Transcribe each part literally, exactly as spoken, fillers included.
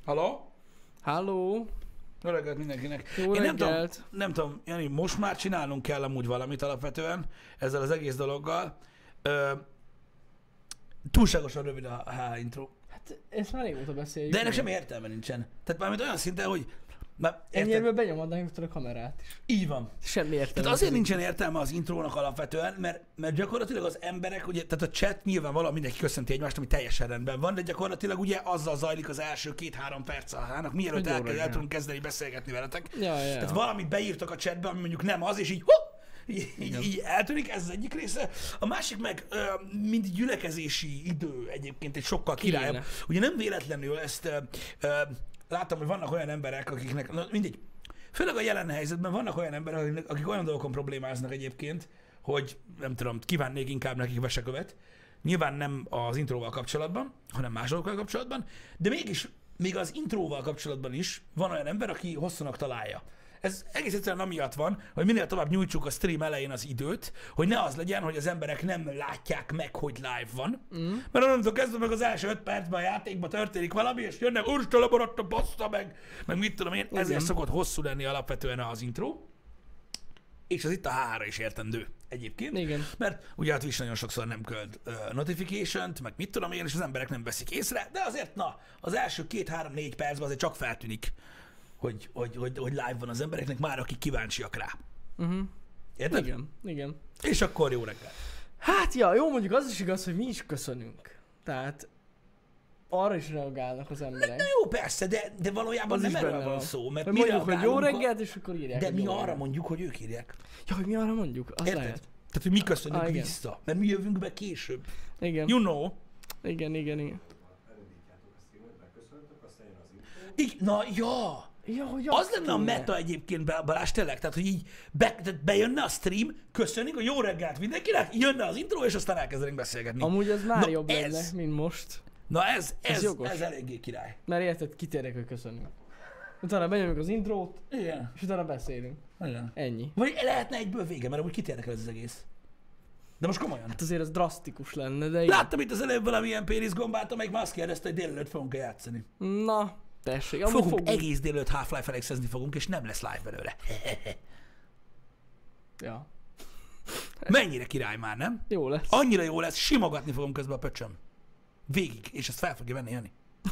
Halló? Halló? Jó reggelt mindenkinek. Jó Én nem tudom, reggelt. nem tudom, Jani, most már csinálnunk kell amúgy valamit alapvetően ezzel az egész dologgal. Ö, túlságosan rövid a H intro. Hát ezt már régóta beszéljük. De ennek semmi értelme nincsen. Tehát mármint olyan szinten, hogy... Már, érted? Ennyire benyomodnánk a kamerát is. Így van. Semmi értelme. Tehát azért nincsen értelme az intrónak alapvetően, mert, mert gyakorlatilag az emberek, ugye, tehát a chat nyilvánvalóan mindenki köszönti egymást, ami teljesen rendben van, de gyakorlatilag ugye azzal zajlik az első két-három perc a hának, mielőtt Hogy el, jó el reggel. tudunk kezdeni beszélgetni veletek. Ja, ja. Tehát valamit beírtak a chatbe, ami mondjuk nem az, és így, hu, így, így, így eltűnik, ez az egyik része. A másik meg ö, mind gyülekezési idő egyébként egy sokkal királyabb. Kéne. Ugye nem véletlenül ezt ö, ö, láttam, hogy vannak olyan emberek, akiknek, na mindegy, főleg a jelen helyzetben vannak olyan emberek, akik, akik olyan dolgokon problémáznak egyébként, hogy nem tudom, kívánnék inkább nekik vesekövet. Nyilván nem az intróval kapcsolatban, hanem más dolgokkal kapcsolatban, de mégis még az intróval kapcsolatban is van olyan ember, aki hosszúnak találja. Ez egész egyszerűen amiatt van, hogy minél tovább nyújtsuk a stream elején az időt, hogy ne az legyen, hogy az emberek nem látják meg, hogy live van. Mm. Mert onnantól kezdve meg az első öt percben a játékban történik valami, és jönnek, úristen, lemaradt a bassza meg, meg mit tudom én, ezért Igen. szokott hosszú lenni alapvetően az intro. És az itt a H-ra is értendő egyébként. Igen. Mert ugye a Twitch nagyon sokszor nem költ uh, notification-t, meg mit tudom én, és az emberek nem veszik észre, de azért na, az első két-három-négy percben azért csak feltűnik, hogy, hogy, hogy, hogy live van az embereknek, már akik kíváncsiak rá. Uh-huh. Érted? Igen, igen. És akkor jó reggel. Hát ja, jó, mondjuk az is igaz, hogy mi is köszönünk. Tehát arra is reagálnak az emberek. Na jó, persze, de, de valójában Az nem is erről benne van van. szó, mert Hogy mi mondjuk, hogy jó reagálunk a- reggelt, és akkor írják. de hogy mi jó arra reggelt. mondjuk, hogy ők írják. Ja, hogy mi arra mondjuk? Az Érted? lehet. Tehát, hogy mi köszönjük Ah, igen. vissza, mert mi jövünk be később. Igen. You know. Igen, igen, igen. Így, na, ja. Ja, hogy Az azt lenne a kéne. meta egyébként, Ba- Balázs, tényleg, tehát, hogy így be, tehát bejönne a stream, köszönjük a jó reggelt mindenkinek, jönne az intro, és aztán elkezdenénk beszélgetni. Amúgy az már Na jobb ez- lenne, mint most. Na ez, ez, ez, jogos. ez eléggé király. Mert érted, kitérek, hogy köszönünk. Utána benyomjuk az intrót, Igen. és utána beszélünk. Igen. Ennyi. Vagy lehetne egyből vége, mert amúgy kitérnek el ez az egész. De most komolyan. Hát azért ez drasztikus lenne, de igen. Láttam itt az előbb valamilyen péniszgombát, amelyik már azt kérdezte, hogy délelőtt fogunk-e játszani. Na, tessék. Amúgy Fogunk, fogunk. egész délelőtt Half-Life Alexezni fogunk, és nem lesz live belőle. Ja. Mennyire király már, nem? Jó lesz. Annyira jó lesz, simogatni fogom közben a pöcsöm. Végig, és ezt fel fogja venni Jani.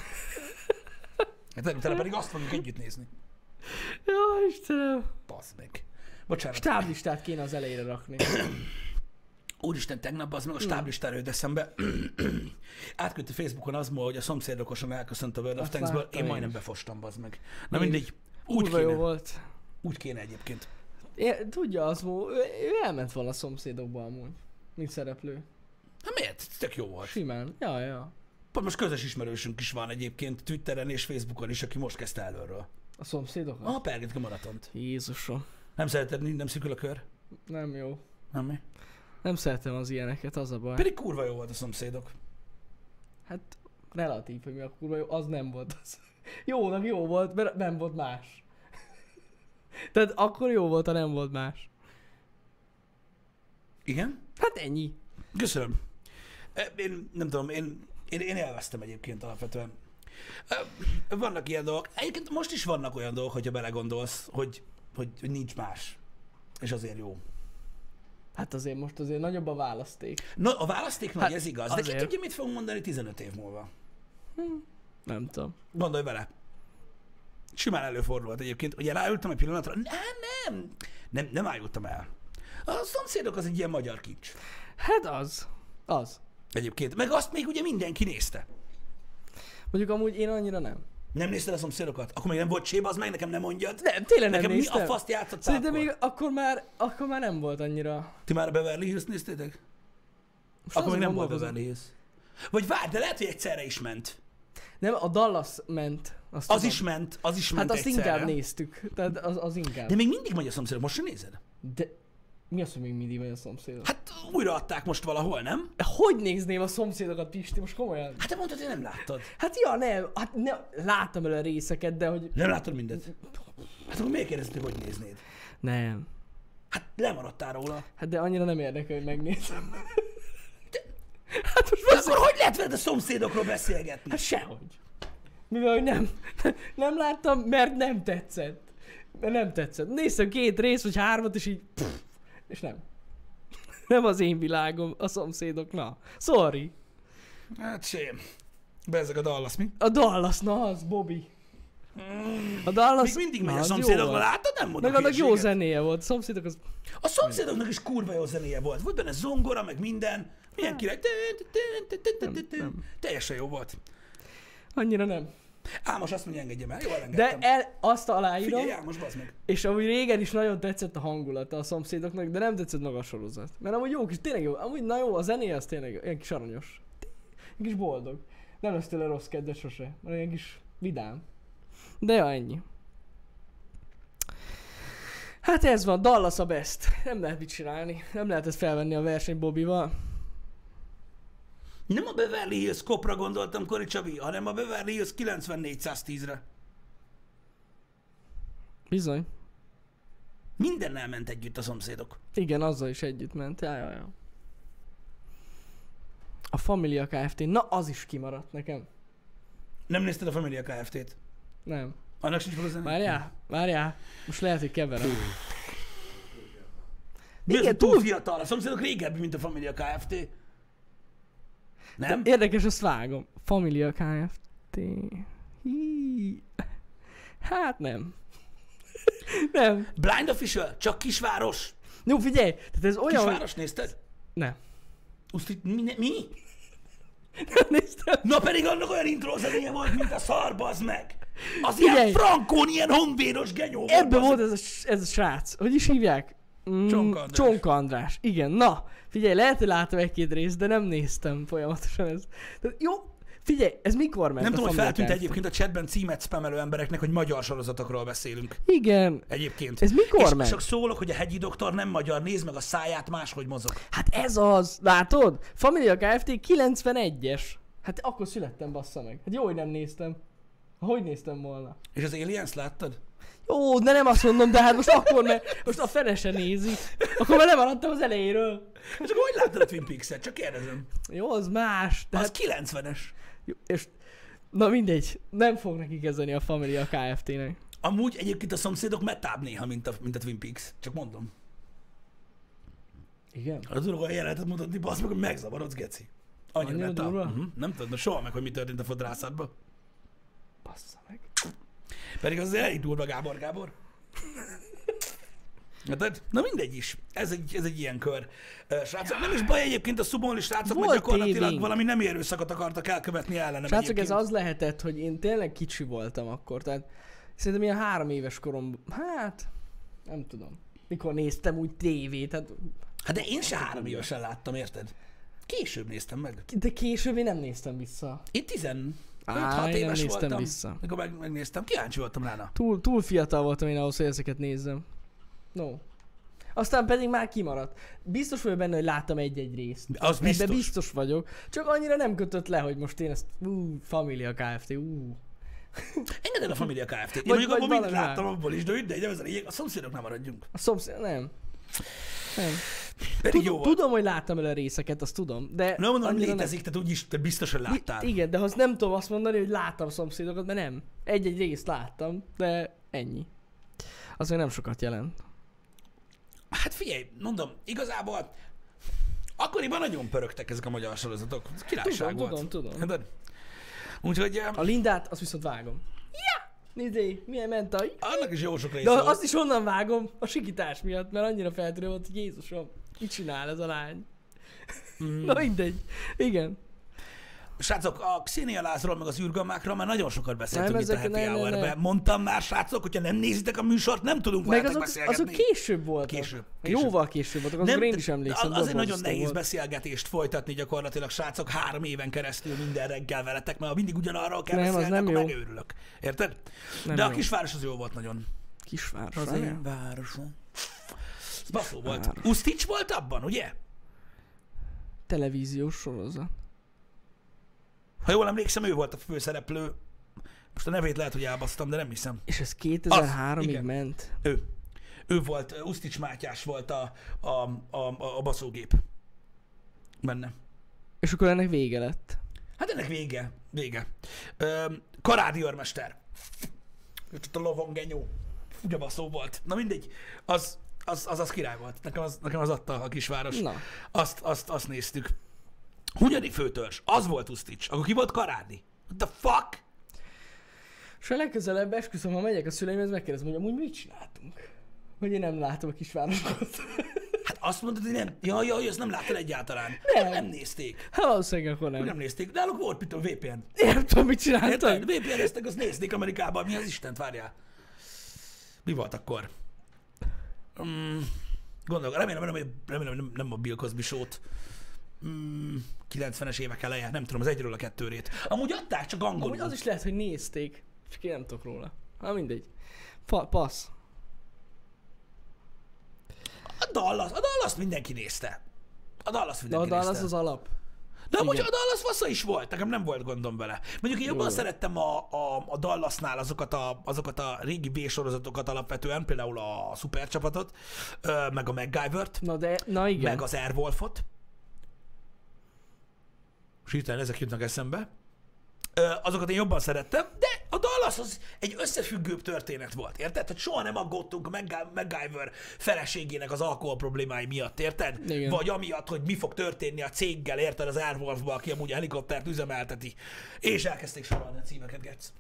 Hát utána pedig azt fogjuk együtt nézni. Ja, Istenem. Bazd meg. Bocsánat. Stáblistát kéne az elejére rakni. Úristen, tegnap az meg a stáblistára jött eszembe. Átküldte Facebookon az ma, hogy a szomszédokosan elköszönt a World of Azt Tanksből. láttam Én én majdnem is. befostam, bazd meg. Na Én mindegy. Úgy Kurva jó kéne. volt. Úgy kéne egyébként. É, tudja, az volt, ő, ő elment volna a szomszédokba amúgy. Mint szereplő. Hát miért? Tök jó volt. Simán. Ja, ja. Pont most közös ismerősünk is van egyébként Twitteren és Facebookon is, aki most kezdte előről. A szomszédoknak? Ah, pergetjük a maratont. Jézusom. Nem szereted, nem szűkül a kör? Nem jó. Nem mi? Nem szeretem az ilyeneket, az a baj. Pedig kurva jó volt a szomszédok. Hát relatív, hogy mi a kurva jó, az nem volt az. Jónak jó volt, mert nem volt más. Tehát akkor jó volt, ha nem volt más. Igen? Hát ennyi. Köszönöm. E, Én nem tudom, én, én, én élveztem egyébként alapvetően. E, Vannak ilyen dolgok. Egyébként most is vannak olyan dolgok, hogyha belegondolsz, hogy, hogy, hogy nincs más. És azért jó. Hát azért most azért nagyobb a választék. Na, a választék nagy, Hát ez igaz. De ki azért. tudja, mit fogunk mondani tizenöt év múlva? Nem tudom. Gondolj vele. Simán előfordulhat egyébként. Ugye ráültem egy pillanatra. Nem, nem. Nem, nem ájultam el. A szomszédok az egy ilyen magyar kincs. Hát az. Az. Egyébként. Meg azt még ugye mindenki nézte. Mondjuk amúgy én annyira nem. Nem nézted a szomszédokat? Akkor még nem volt séba, az meg nekem nem mondjad. Nem, tényleg nem Nekem néztem. mi a faszt játszottál Szerintem akkor? még akkor már, akkor már nem volt annyira. Ti már a Beverly Hills néztétek? Most Akkor még azon nem volt gondolkozom. Beverly Hills. Vagy várj, de lehet, hogy egyszerre is ment. Nem, a Dallas ment. Azt Az tudom. is ment, az is ment Hát azt egyszerre. inkább néztük. Tehát az, az inkább. De még mindig megy a szomszédok, most sem nézed? De mi az, hogy még mindig vagy a szomszédok? Hát újra adták most valahol, nem? Hát, hogy nézném a szomszédokat, Pisti, most komolyan? Hát te mondtad, hogy nem láttad. Hát ja, nem, hát ne, láttam el a részeket, de hogy... Nem láttad mindet. Hát akkor miért kérdezted, hogy néznéd? Nem. Hát lemaradtál róla. Hát de annyira nem érdekel, hogy megnézem. Hát most akkor hogy lehet veled a szomszédokról beszélgetni? Hát sehogy. Mivel, hogy nem, nem láttam, mert nem tetszett. Mert nem tetszett. Néztem két rész, vagy hármat, és így... Pff, és nem. Nem az én világom, a szomszédok, na. Sorry. Hát sém. Bezzeg a Dallas, mi? A Dallas, na az, Bobby. A Dallas... Még mindig megy na, a az jó szomszédokba, volt. látod? Nem mondok Meg annak jó hülyeséget. zenéje volt. A szomszédok az... A szomszédoknak is kurva jó zenéje volt. Volt benne zongora, meg minden. Milyen király. nem. Teljesen jó volt. Annyira nem. Ámos azt mondja, engedjem el. Jó, De elengedtem. el, azt aláírom, Figyelj, Ámos, bazd meg. és amúgy régen is nagyon tetszett a hangulata a szomszédoknak, de nem tetszett maga a sorozat. Mert amúgy jó kis, tényleg jó, amúgy na jó, a zenéje az tényleg jó, ilyen kis aranyos. Ilyen kis boldog. Nem lesz tőle rossz kedves sose, mert ilyen kis vidám. De ja, ennyi. Hát ez van, Dallas a best. Nem lehet mit csinálni. Nem lehet ezt felvenni a verseny Bobbyval. Nem a Beverly Hills Copra gondoltam, Kori Csabi, hanem a Beverly Hills kilencvennégyszáztízre. Bizony. Mindennel ment együtt a szomszédok. Igen, azzal is együtt ment. Ja, ja, ja. A Familia Kft. Na, az is kimaradt nekem. Nem nézted a Familia Kft-t? Nem. Annak sincs valószínű. Várjál, várjál. Most lehet, hogy keverem. Mi az, Igen, hogy túl túl- fiatal? A szomszédok régebbi, mint a Familia Kft. Nem? Érdekes, azt vágom. Familia Kft. Hí. Hát nem. Nem. Blind Official? Csak kisváros? Jó, figyelj! Tehát ez olyan, hogy... Kisváros nézted? Nem. Uszti, mi? ne- mi? Nem néztem. Na pedig annak olyan intro zenéje volt, mint a szar, bazd meg! Az Figyelj! ilyen frankón, ilyen honvéros genyó volt. Ebben bazd volt meg. ez a, s- ez a srác. Hogy is hívják? Mm, Csonka András. Csonka András. Igen, na. Figyelj, lehet, hogy láttam egy-két részt, de nem néztem folyamatosan ez. Tehát, jó, figyelj, ez mikor ment Nem a tudom, hogy Familia feltűnt Kft.? egyébként a chatben címet spamelő embereknek, hogy magyar sorozatokról beszélünk. Igen. Egyébként. Ez mikor És ment? csak szólok, hogy a hegyi doktor nem magyar, nézd meg a száját, máshogy mozog. Hát ez az, látod? Familia Kft. kilencvenegyes. Hát akkor születtem, bassza meg. Hát jó, hogy nem néztem. Hogy néztem volna? És az Aliens láttad? Jó, de nem azt mondom, de hát most akkor, mert most a fene se nézi. Akkor már lemaradtam az elejéről. És akkor hogy láttad a Twin Peaks-et? Csak kérdezem. Jó, az más. De Az hát, kilencvenes. jó, és, na mindegy, nem fog neki kezdeni a Familia Kft.-nek. Amúgy egyébként a szomszédok metább néha, mint a, mint a Twin Peaks. Csak mondom. Igen? Az tudok olyan jelenetet mutatni, bassz meg, hogy megzavarodsz, geci. Annyira Annyira metább. durva? Uh-huh. Nem tudod soha meg, hogy mi történt a fodrászatban. Bassza meg. Pedig az elég durva, Gábor, Gábor. Hát, na mindegy is. Ez egy, ez egy ilyen kör. Ö, Srácok, nem is baj egyébként a szubonli srácok, mert Volt gyakorlatilag tévénk. valami nem erőszakot akartak elkövetni ellenem Srácok, ez egyébként. az lehetett, hogy én tényleg kicsi voltam akkor, tehát szerintem ilyen három éves koromban, hát nem tudom, mikor néztem úgy tévét, hát, Hát de én se három évesen láttam, érted? Később néztem meg. de később én nem néztem vissza. Én tizenöt Á, hat én nem éves néztem voltam, vissza. mikor meg, megnéztem. Kíváncsi voltam rá. Túl, túl fiatal voltam én ahhoz, hogy ezeket nézzem. No. Aztán pedig már kimaradt. Biztos vagyok benne, hogy láttam egy-egy részt. Az Ebben biztos. biztos vagyok. Csak annyira nem kötött le, hogy most én ezt, ú, Familia Kft. Ú. Engedd el a Familia Kft-t. Én Vagy- mondjuk vagy abban mindent valami láttam abból is, de mindegy, nem ez a lényeg. A szomszédok nem maradjunk. A szomszéd, nem. Nem. Pedig jó volt. Tudom, hogy láttam el a részeket, azt tudom, de... Nem mondom, annyira létezik, tehát úgyis te biztos, hogy láttál. I- igen, de azt nem tudom azt mondani, hogy láttam szomszédokat, mert nem. Egy-egy részt láttam, de ennyi. Az még nem sokat jelent. Hát figyelj, mondom, igazából akkoriban nagyon pörögtek ezek a magyar sorozatok. Ez királyság Tudom, volt. tudom, tudom. Tudod? Úgyhogy eh, A Lindát, azt viszont vágom. Ja! Nézzé, milyen ment a... annak is jó sok része De volt. azt is onnan vágom, a sikítás miatt, mert annyira feltűnő volt, hogy Jézusom, mit csinál ez a lány? Mm. Na mindegy. Igen. Srácok, a Xenia Lázról meg az űrgammákról már nagyon sokat beszéltünk Nem, itt a ezek- Happy ne, ne, ne. Hour-ben. Mondtam már, srácok, hogyha nem nézitek a műsort, nem tudunk Meg veletek azok, beszélgetni. azok később voltak. Később, később. Jóval később voltak, azokra én is de emlékszem. az- azért nagyon borzasztó nehéz volt. beszélgetést folytatni gyakorlatilag, srácok, három éven keresztül minden reggel veletek, mert ha mindig ugyanarról kell Nem, az beszélni, nem akkor jó. megőrülök. Érted? Nem de a jó. kisváros az jó volt nagyon. Kisváros. Az várjál. én városom. Ez baszó volt. Város. Usztics volt abban, ugye? Televíziós sorozat. Ha jól emlékszem, ő volt a főszereplő. Most a nevét lehet, hogy elbasztam, de nem hiszem. És ez kétezer-háromig igen. ment. Ő. Ő volt, Usztics Mátyás volt a, a, a, a, a baszógép. Benne. És akkor ennek vége lett. Hát ennek vége. Vége. Ö, Karádi őrmester. Jött ott a lovongenyó. Ugye baszó volt. Na mindegy. Az, az, az, az király volt. Nekem az, nekem az adta a kisváros. Na. Azt, azt, azt néztük. Hunyadi főtörzs. Az volt Usztics. Akkor ki volt Karádi? What the fuck? És a legközelebb esküszöm, ha megyek a szüleimhez, megkérdezem, hogy amúgy mit csináltunk. Hogy én nem látom a kisvárosokat. Hát azt mondod, hogy nem. Jaj, jaj, azt nem láttad egyáltalán. Nem. Nem nézték. Hát valószínűleg akkor nem. Nem nézték. Náluk volt, mit tudom, vé pé en. Én nem tudom, mit csináltak. Érted? vé pé en-eztek, azt nézték Amerikában. Mi az Istent, várjál. Mi volt akkor? Um, gondolok, remélem, remélem, remélem nem, nem a Bill Cosby show-t. Um, kilencvenes évek eleje, nem tudom, az egyről a kettőrét. Amúgy adták, csak angolul. Amúgy az is lehet, hogy nézték. Csak én nem tudok róla. Na mindegy. Pa- passz. A Dallas, a Dallas mindenki nézte. A Dallas De a mindenki Dallas nézte. az alap. De amúgy igen. a Dallas fasza is volt, nekem nem volt gondom vele. Mondjuk én jobban Jó. szerettem a, a, a Dallasnál azokat a, azokat a régi B-sorozatokat alapvetően, például a Szupercsapatot, ö, meg a MacGyvert, Na de, na igen. meg az Airwolfot. És hirtelen ezek jutnak eszembe. Ö, azokat én jobban szerettem, de a Dallas az egy összefüggőbb történet volt, érted? Tehát soha nem aggódtunk a Mac- MacGyver feleségének az alkohol problémái miatt, érted? Igen. Vagy amiatt, hogy mi fog történni a céggel, érted? Az Airwolfba, aki amúgy a helikoptert üzemelteti. És elkezdték sorolni a címeket, Getsz.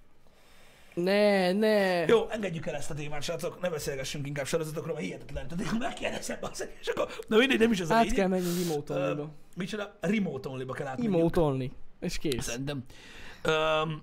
Ne, ne. Jó, engedjük el ezt a témát, srácok, ne beszélgessünk inkább sorozatokról, mert hihetetlen. Tehát megkérdezem, basszak, és akkor, na mindegy, nem is az a Át lényeg. kell menni remote Ö, only-ba. Micsoda? Remote only-ba kell átmenni. Remote only. És kész. Szerintem. Öm,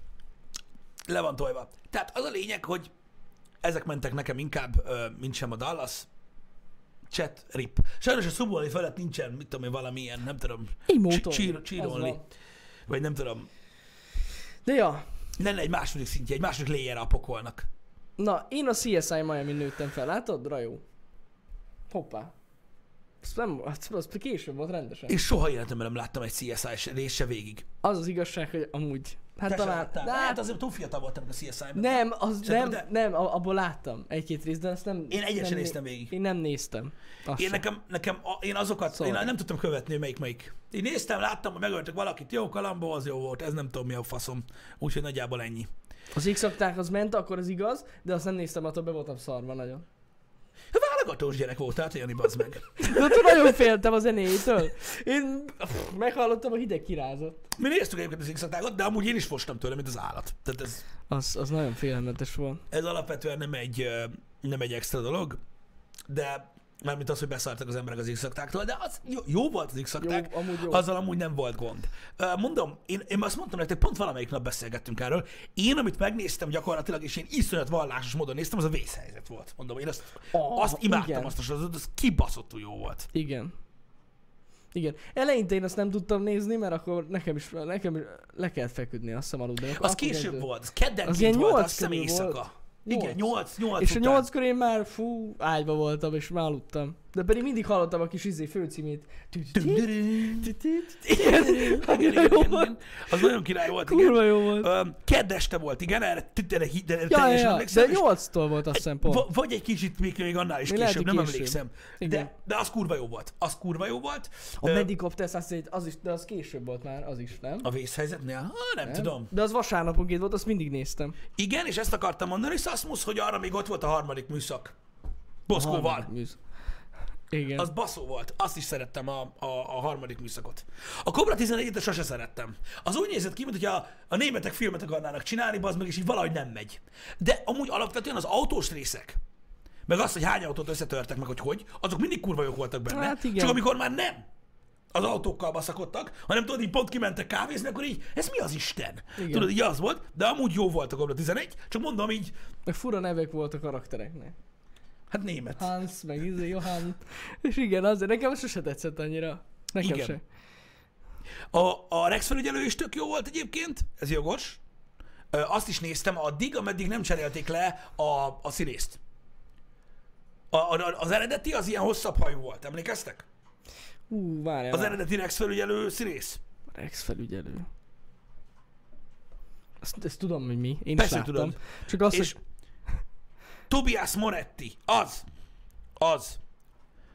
le van tojva. Tehát az a lényeg, hogy ezek mentek nekem inkább, ö, mint sem a Dallas. Chat, rip. Sajnos a Subway felett nincsen, mit tudom én, valamilyen, nem tudom, Emote cheer, only. cheer Az only. van. Vagy nem tudom, De ja. lenne egy második szintje, egy második layer a pokolnak. Na, én a cé es i Miami nőttem fel, látod? Rajó. Hoppá. Az, nem, az, az később volt rendesen. És soha életemben nem láttam egy cé es i részt se végig. Az az igazság, hogy amúgy. Hát Te se talán... láttál? De Hát hát, azért túl fiatal voltam a cé es i-ben. nem, az Szerintem nem, de- nem, a- abból láttam egy-két részt, de ezt nem... Én egyet nem sem né- néztem végig. Én nem néztem. Azt Én sem. nekem, nekem a, én azokat, Sorry. én nem tudtam követni, hogy melyik melyik. Én néztem, láttam, hogy megöltek valakit, jó, Kalambó, az jó volt, ez nem tudom mi a faszom. Úgyhogy nagyjából ennyi. Az X-akták az ment, akkor az igaz, de azt nem néztem, attól be voltam szarva nagyon. Válogatós gyerek voltál, te Jani, bazd meg. De attól nagyon féltem a zenéjétől. Én pff, meghallottam, a hideg kirázott. Mi néztük egyébként az x de amúgy én is fostam tőle, mint az állat. Tehát ez, Az, az nagyon félelmetes volt. ez alapvetően nem egy, ö, nem egy extra dolog, de mármint az, hogy beszartak az emberek az x de az jó, jó volt az x Jó, amúgy jó. azzal amúgy nem volt gond. Ö, Mondom, én, én azt mondtam nektek, pont valamelyik nap beszélgettünk erről, én, amit megnéztem gyakorlatilag, és én iszonyat vallásos módon néztem, az a vészhelyzet volt. Mondom, én azt, Ah, azt imádtam, igen. azt a sorozatot, az kibaszottul jó volt. Igen. Igen. Eleinte én azt nem tudtam nézni, mert akkor nekem is, nekem is le kellett feküdni, azt hiszem aludni. Akkor Az akkor később kezdődött. volt, az keddenként Az ilyen volt, nyolc azt hiszem körül éjszaka. volt. Igen, nyolc, nyolc És a után. nyolckor én már fú, ágyba voltam, és már aludtam. De pedig mindig hallottam a kis izé főcímét. Igen, igen, igen, igen, igen. Az nagyon király volt, igen. Kurva jó volt. Ö, Kedd este volt, igen, erre t- erre hi- de Ja, ja, teljesen ja, emlékszem. de és nyolctól volt azt hiszem pont. v- Vagy egy kicsit még, még annál is Mi lehet, később, hogy nem később. emlékszem. Igen. De, de az kurva jó volt. Az kurva jó volt. A Ö, Medicop azt hiszem, az is, de az később volt már, az is, nem? A vészhelyzetnél? Ha, nem, Nem? tudom. De az vasárnaponként volt, azt mindig néztem. Igen, és ezt akartam mondani, Szaszmusz, hogy arra még ott volt a harmadik műszak. Boszkóval. Harmadik műsz. Igen. Az baszó volt. Azt is szerettem a, a, a harmadik műszakot. A Cobra tizenegyet sose szerettem. Az úgy nézett ki, mintha a, a németek filmet akarnának csinálni, az meg is így valahogy nem megy. De amúgy alapvetően az autós részek, meg azt, hogy hány autót összetörtek, meg hogy hogy, azok mindig kurva jók voltak benne. Hát igen. Csak amikor már nem az autókkal baszakodtak, hanem tudod, így pont kimentek kávézni, akkor így, ez mi az Isten? Igen. Tudod, így az volt, de amúgy jó volt a Cobra tizenegy, csak mondom így, Meg fura nevek volt a karaktereknek. hát német. Hans, meg izé, Johann. És igen, azért nekem sose tetszett annyira. Nekem Igen. se. A, a Rex felügyelő is tök jó volt egyébként, ez jogos. Ö, azt is néztem addig, ameddig nem cserélték le a, a színészt. A, a, az eredeti az ilyen hosszabb hajú volt, emlékeztek? Hú, várjál. Az várjál. eredeti Rex felügyelő színész. Rex felügyelő. Ezt, ezt tudom, hogy mi. Én Persze is láttam. tudod. Csak azt, És hogy... Tobias Moretti, az, az.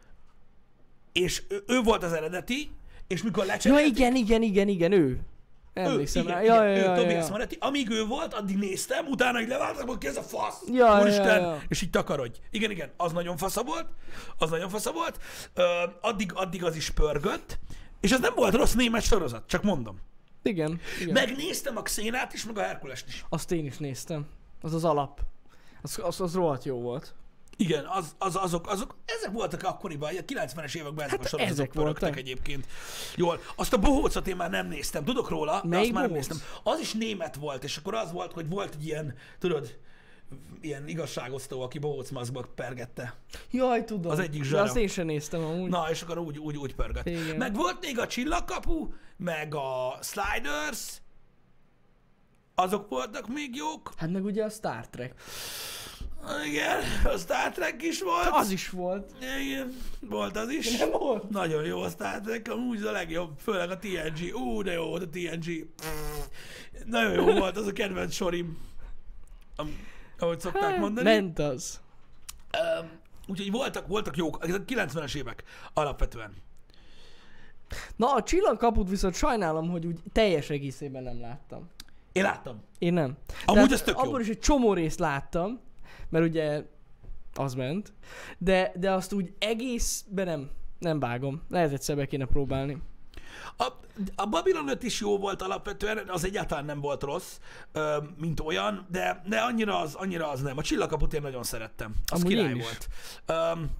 És ő, ő volt az eredeti, és mikor Ja, lecserélték, igen, igen, igen, igen, ő. Emlékszem igen, rá. igen, Ja, ja, ő, ja, Tobias ja. Moretti. Amíg ő volt, addig néztem, utána így leváltam, hogy ki ez a fasz. Ja, Úristen, ja, ja. és így takarodj. Igen, igen, az nagyon fasza volt. Az nagyon fasza volt. Ö, addig, addig az is pörgött. És az nem volt rossz német sorozat, csak mondom. Igen, igen. Megnéztem a Xénát is, meg a Herkulest is. Azt én is néztem. Az az alap. Az, az, az rohadt jó volt. Igen, az, az, azok, azok, ezek voltak akkoriban, a kilencvenes években ezek Hát a sorozatok ezek pörögtek voltak. egyébként. Jól. Azt a Bohócot én már nem néztem, tudok róla, de Melyik azt már nem Bohóc? néztem. Az is német volt, és akkor az volt, hogy volt egy ilyen, tudod, ilyen igazságosztó, aki Bohóc maszkba pergette. Jaj, tudom. Az egyik De zsara. azt én sem néztem amúgy. Na, és akkor úgy, úgy, úgy pörgött. Igen. Meg volt még a Csillagkapu, meg a Sliders, azok voltak még jók. Hát meg ugye a Star Trek. Igen, a Star Trek is volt. Az is volt. Igen, volt az is. Nem volt? Nagyon jó a Star Trek, amúgy a legjobb, főleg a té en gé. Ú, de jó volt a té en gé. Nagyon jó volt, az a kedvenc sorim. Am- Ahogy szokták Hát, mondani. ment az. Um, úgyhogy voltak, voltak jók, ezek a kilencvenes évek alapvetően. Na, a Csillagkaput viszont sajnálom, hogy úgy teljes egészében nem láttam. Én láttam. Én nem. Amúgy Tehát ez tök jó. abból is egy csomó részt láttam, mert ugye az ment, de, de azt úgy egészben nem, nem vágom. Lehet egyszer be kéne próbálni. A, a Babylon öt is jó volt alapvetően, az egyáltalán nem volt rossz, ö, mint olyan, de, de annyira, az, annyira az nem. A Csillagkaput én nagyon szerettem. Az Amúgy király én is. volt. Um,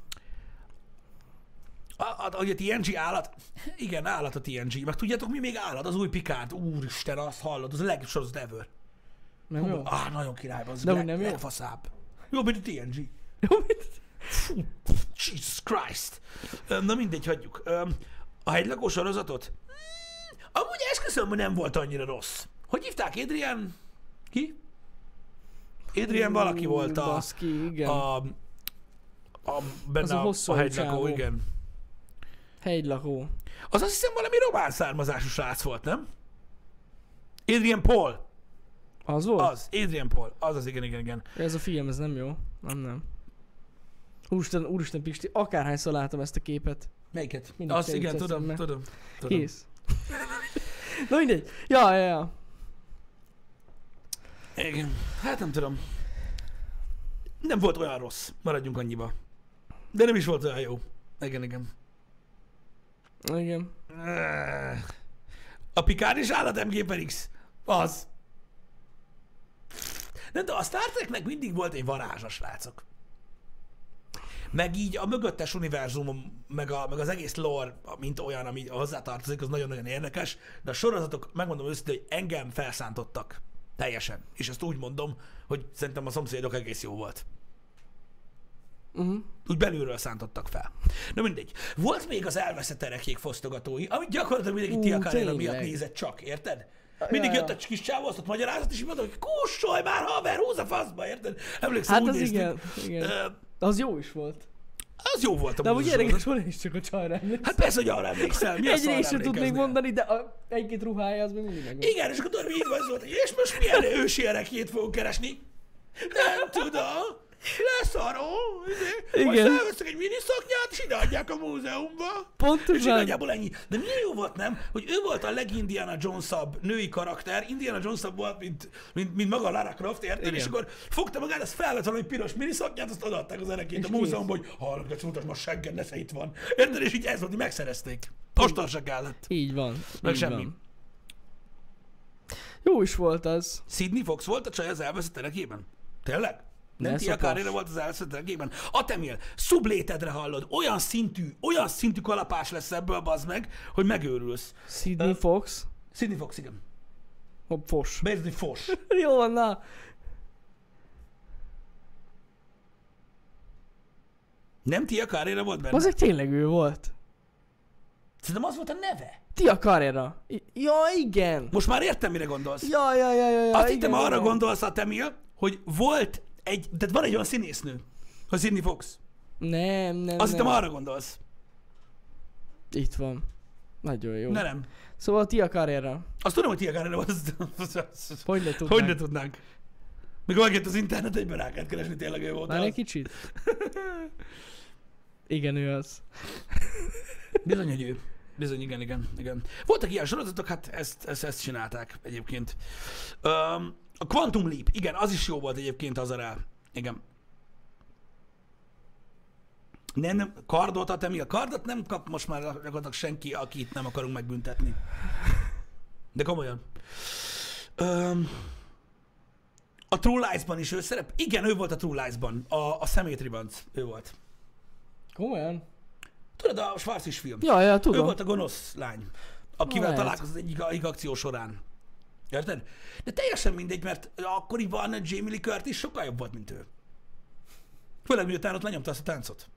a, a, a, a té en gé állat, igen, állat a té en gé, meg tudjátok mi még állat? Az új Picard, úristen, azt hallod, az a legjobb sorozat ever. Nem jó? Ah, nagyon király, az De leg, úgy nem jó? legfaszább. Jó, mint a té en gé. Jó, mit? Jesus Christ. Öm, Na mindegy, hagyjuk. Öm, A hegylakó sorozatot? Hmm, amúgy esküszöm, hogy nem volt annyira rossz. Hogy hívták? Adrian? Ki? Adrian valaki Ú, volt a, baszki, igen. a, a benne Az a a, hosszú a hegylakó, csávó. igen. Hegylakó. Az azt hiszem valami román származású srác volt, nem? Adrian Paul. Az volt? Az, Adrian Paul. Az az, igen, igen, igen. Ez a film, ez nem jó. Nem, nem. Úristen, úristen Pisti, akárhányszor látom ezt a képet. Melyiket? Mindig Azt te igen, jutsz tudom, eszembe. tudom, tudom. Kész. Na mindegy. Ja, ja, ja. Igen. Hát nem tudom. Nem volt olyan rossz. Maradjunk annyiba. De nem is volt olyan jó. Igen, igen. Igen. A Picard és állat em gé per X. Az. Nem tudom, a Star Treknek mindig volt egy varázsa, srácok. Meg így a mögöttes univerzum, meg, a, meg az egész lore, mint olyan, ami hozzátartozik, az nagyon-nagyon érdekes, de a sorozatok, megmondom őszintén, hogy engem felszántottak. Teljesen. És ezt úgy mondom, hogy szerintem a szomszédok egész jó volt. Uh-huh. Úgy belülről szántottak fel. Na mindegy. Volt még az elveszett erekék fosztogatói, amit gyakorlatilag mindenki Ú, Tia Carrera tényleg. miatt nézett csak, érted? Mindig ja, jött ja. a kis csávó, azt ott magyarázat, és így mondta, hogy kussolj már, haver, húzz a faszba, érted? Emlékszem, Hát úgy az néztük. igen, igen. Ö, Az jó is volt. az jó volt a De amúgy muzsor. érdekes, hogy is csak a csajra emlékszem. Hát persze, hogy arra emlékszel. Mi a Egy szarra részt sem tudnék emlékeznél? mondani, de a, egy-két ruhája az még mindig megvan. Igen, és akkor tudod, mi így van, szólt, hogy és most milyen ősi erekét fogunk keresni? Nem tudom. Leszarom. Majd Igen. felveszek egy miniszaknyát, és ideadják a múzeumba. És Pontosan. nagyjából ennyi. De milyen jó volt, nem? Hogy ő volt a leg-Indiana Jones-abb női karakter. Indiana Jones-abb volt, mint, mint, mint maga Lara Croft, érted? Igen. És akkor fogta magát, azt felvett valami piros miniszaknyát, azt odaadták az erekét a kész. múzeumban, hogy hallok, de csútas, most segged, nesze itt van. Érted? És így ez volt, hogy megszerezték. Ostor se kellett. Így van. Meg így semmi. Van. Jó is volt az. Sidney Fox volt a csaj az elveszett erekében? Tényleg? Nem Ne Tia szopas. Carrera volt az elveszett erekében? Atemil, szublétedre hallod, olyan szintű, olyan szintű kalapás lesz ebből, bazd meg, hogy megőrülsz. Sidney Ö- Fox. Sidney Fox, igen. Hopp, fos. Bezdni Fos. Jó van, na. Nem Tia Carrera volt benne? Azek tényleg ő volt. Szerintem az volt a neve. Tia Carrera. I- Ja, igen. Most már értem, mire gondolsz. Ja, ja, ja, ja, ja. Azt igen, hittem, arra igen. gondolsz, Atemil, hogy volt egy, tehát van egy olyan színésznő, hogy Sidney Fox. Nem, nem, Azt hittem, nem. arra gondolsz. Itt van. Nagyon jó. De nem. Szóval Tia Carrera. Azt tudom, hogy Tia Carrera volt. az- az- az- Hogy ne tudnánk? Hogy ne tudnánk? Mikor megjött az internet, egyben rá kellett keresni, tényleg ő volt Már az. egy kicsit? Igen, ő az. Bizony, hogy ő. bizony, igen, igen, igen. Voltak ilyen sorozatok, hát ezt, ezt, ezt csinálták egyébként. Um, a Quantum Leap, igen, az is jó volt egyébként az rá. Igen. Nem, nem, kardot ad, a kardot nem kap most már gyakorlatilag senki, akit nem akarunk megbüntetni. De komolyan. Um, a True Lies-ban is ő szerep? Igen, ő volt a True Lies-ban. A, a Szemét Ribbons, ő volt. Komolyan? Tudod, a Schwarzis film? Ja, ja, tudom. Ő volt a gonosz lány, akivel Lehet. találkozott egyik, egyik akció során. Érted? De teljesen mindegy, mert akkoriban Jamie Lee Curtis sokkal jobb volt, mint ő. Főleg miután ott lenyomta azt a táncot.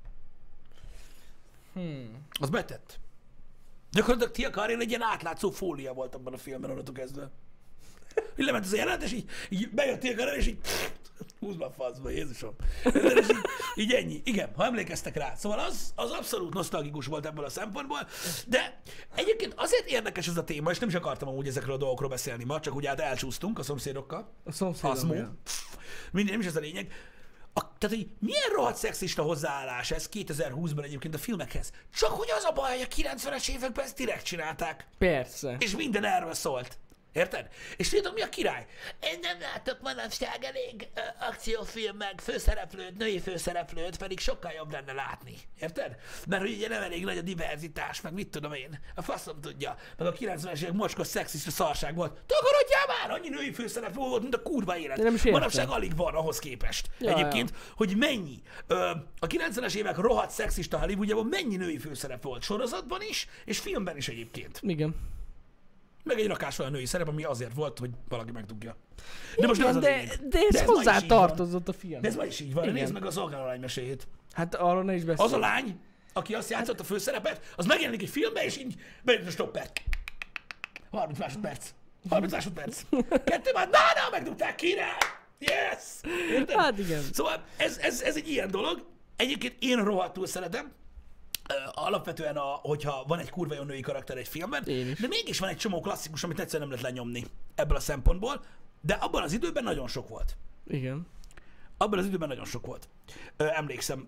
Hmm. Az betett. Gyakorlatilag Tia Carrere egy ilyen átlátszó fólia volt abban a filmben, onnantól kezdve. Így lement az a jelenet, és így, így bejött Tia Carrere, és így húzd már faszba, Jézusom. És így, így ennyi. Igen, ha emlékeztek rá. Szóval az, az abszolút nosztalgikus volt ebből a szempontból, de egyébként azért érdekes ez a téma, és nem is akartam amúgy ezekről a dolgokról beszélni ma, csak úgy át elcsúsztunk a szomszédokkal. A szomszédom. Azmó. Mindig, nem is ez a lényeg. A, tehát, hogy milyen rohadt szexista hozzáállás ez kétezer-húszban egyébként a filmekhez. Csak hogy az a baj, hogy a kilencvenes években ezt direkt csinálták. Persze. És minden erről szólt. Érted? És tudod, mi a király? Én nem látok manapság elég uh, akciófilm meg főszereplőt, női főszereplőt, pedig sokkal jobb lenne látni. Érted? Mert hogy ugye nem elég nagy a diverzitás, meg mit tudom én. A faszom tudja. Meg a kilencvenes évek mocskos szexista szarság volt. Takarodjál már! Annyi női főszereplő volt, mint a kurva élet. De nem is értem. Manapság alig van ahhoz képest. Ja, Egyébként, ja. hogy mennyi ö, a kilencvenes évek rohadt szexista Hollywoodjában mennyi női főszerep volt sorozatban is, és filmben is egyébként. Igen. Meg egy rakás olyan női szerep, ami azért volt, hogy valaki megdugja. De most nem ez a de, lényeg. de ez, ez ma hozzá is így van. tartozott a film. De ez ma is így van. Igen. Nézd meg a szolgálólány meséjét. Hát arról ne is beszélj. Az a lány, aki azt játszott a főszerepet, az megjelenik egy filmbe, és így bejön a stopper. harminc másodperc. harminc másodperc. Kettő már, na, na, megdugták, király! Yes! Érted? Hát igen. Szóval ez, ez, ez egy ilyen dolog. Egyébként én rohadtul szeretem. Uh, alapvetően, a, hogyha van egy kurva jó női karakter egy filmben, de mégis van egy csomó klasszikus, amit egyszerűen nem lehet lenyomni ebből a szempontból, de abban az időben nagyon sok volt. Igen. Abban az időben nagyon sok volt. Uh, emlékszem.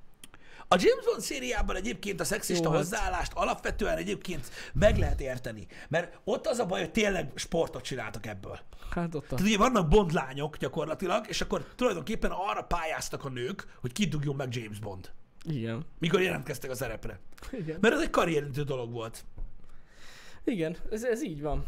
A James Bond szériában egyébként a szexista Jó, hozzáállást alapvetően egyébként meg lehet érteni, mert ott az a baj, hogy tényleg sportot csináltak ebből. Hát ott a... Tehát ugye vannak Bond lányok gyakorlatilag, és akkor tulajdonképpen arra pályáztak a nők, hogy kidugjon meg James Bond. Igen. Mikor jelentkeztek a szerepre. Igen. Mert ez egy karrierítő dolog volt. Igen, ez, ez így van.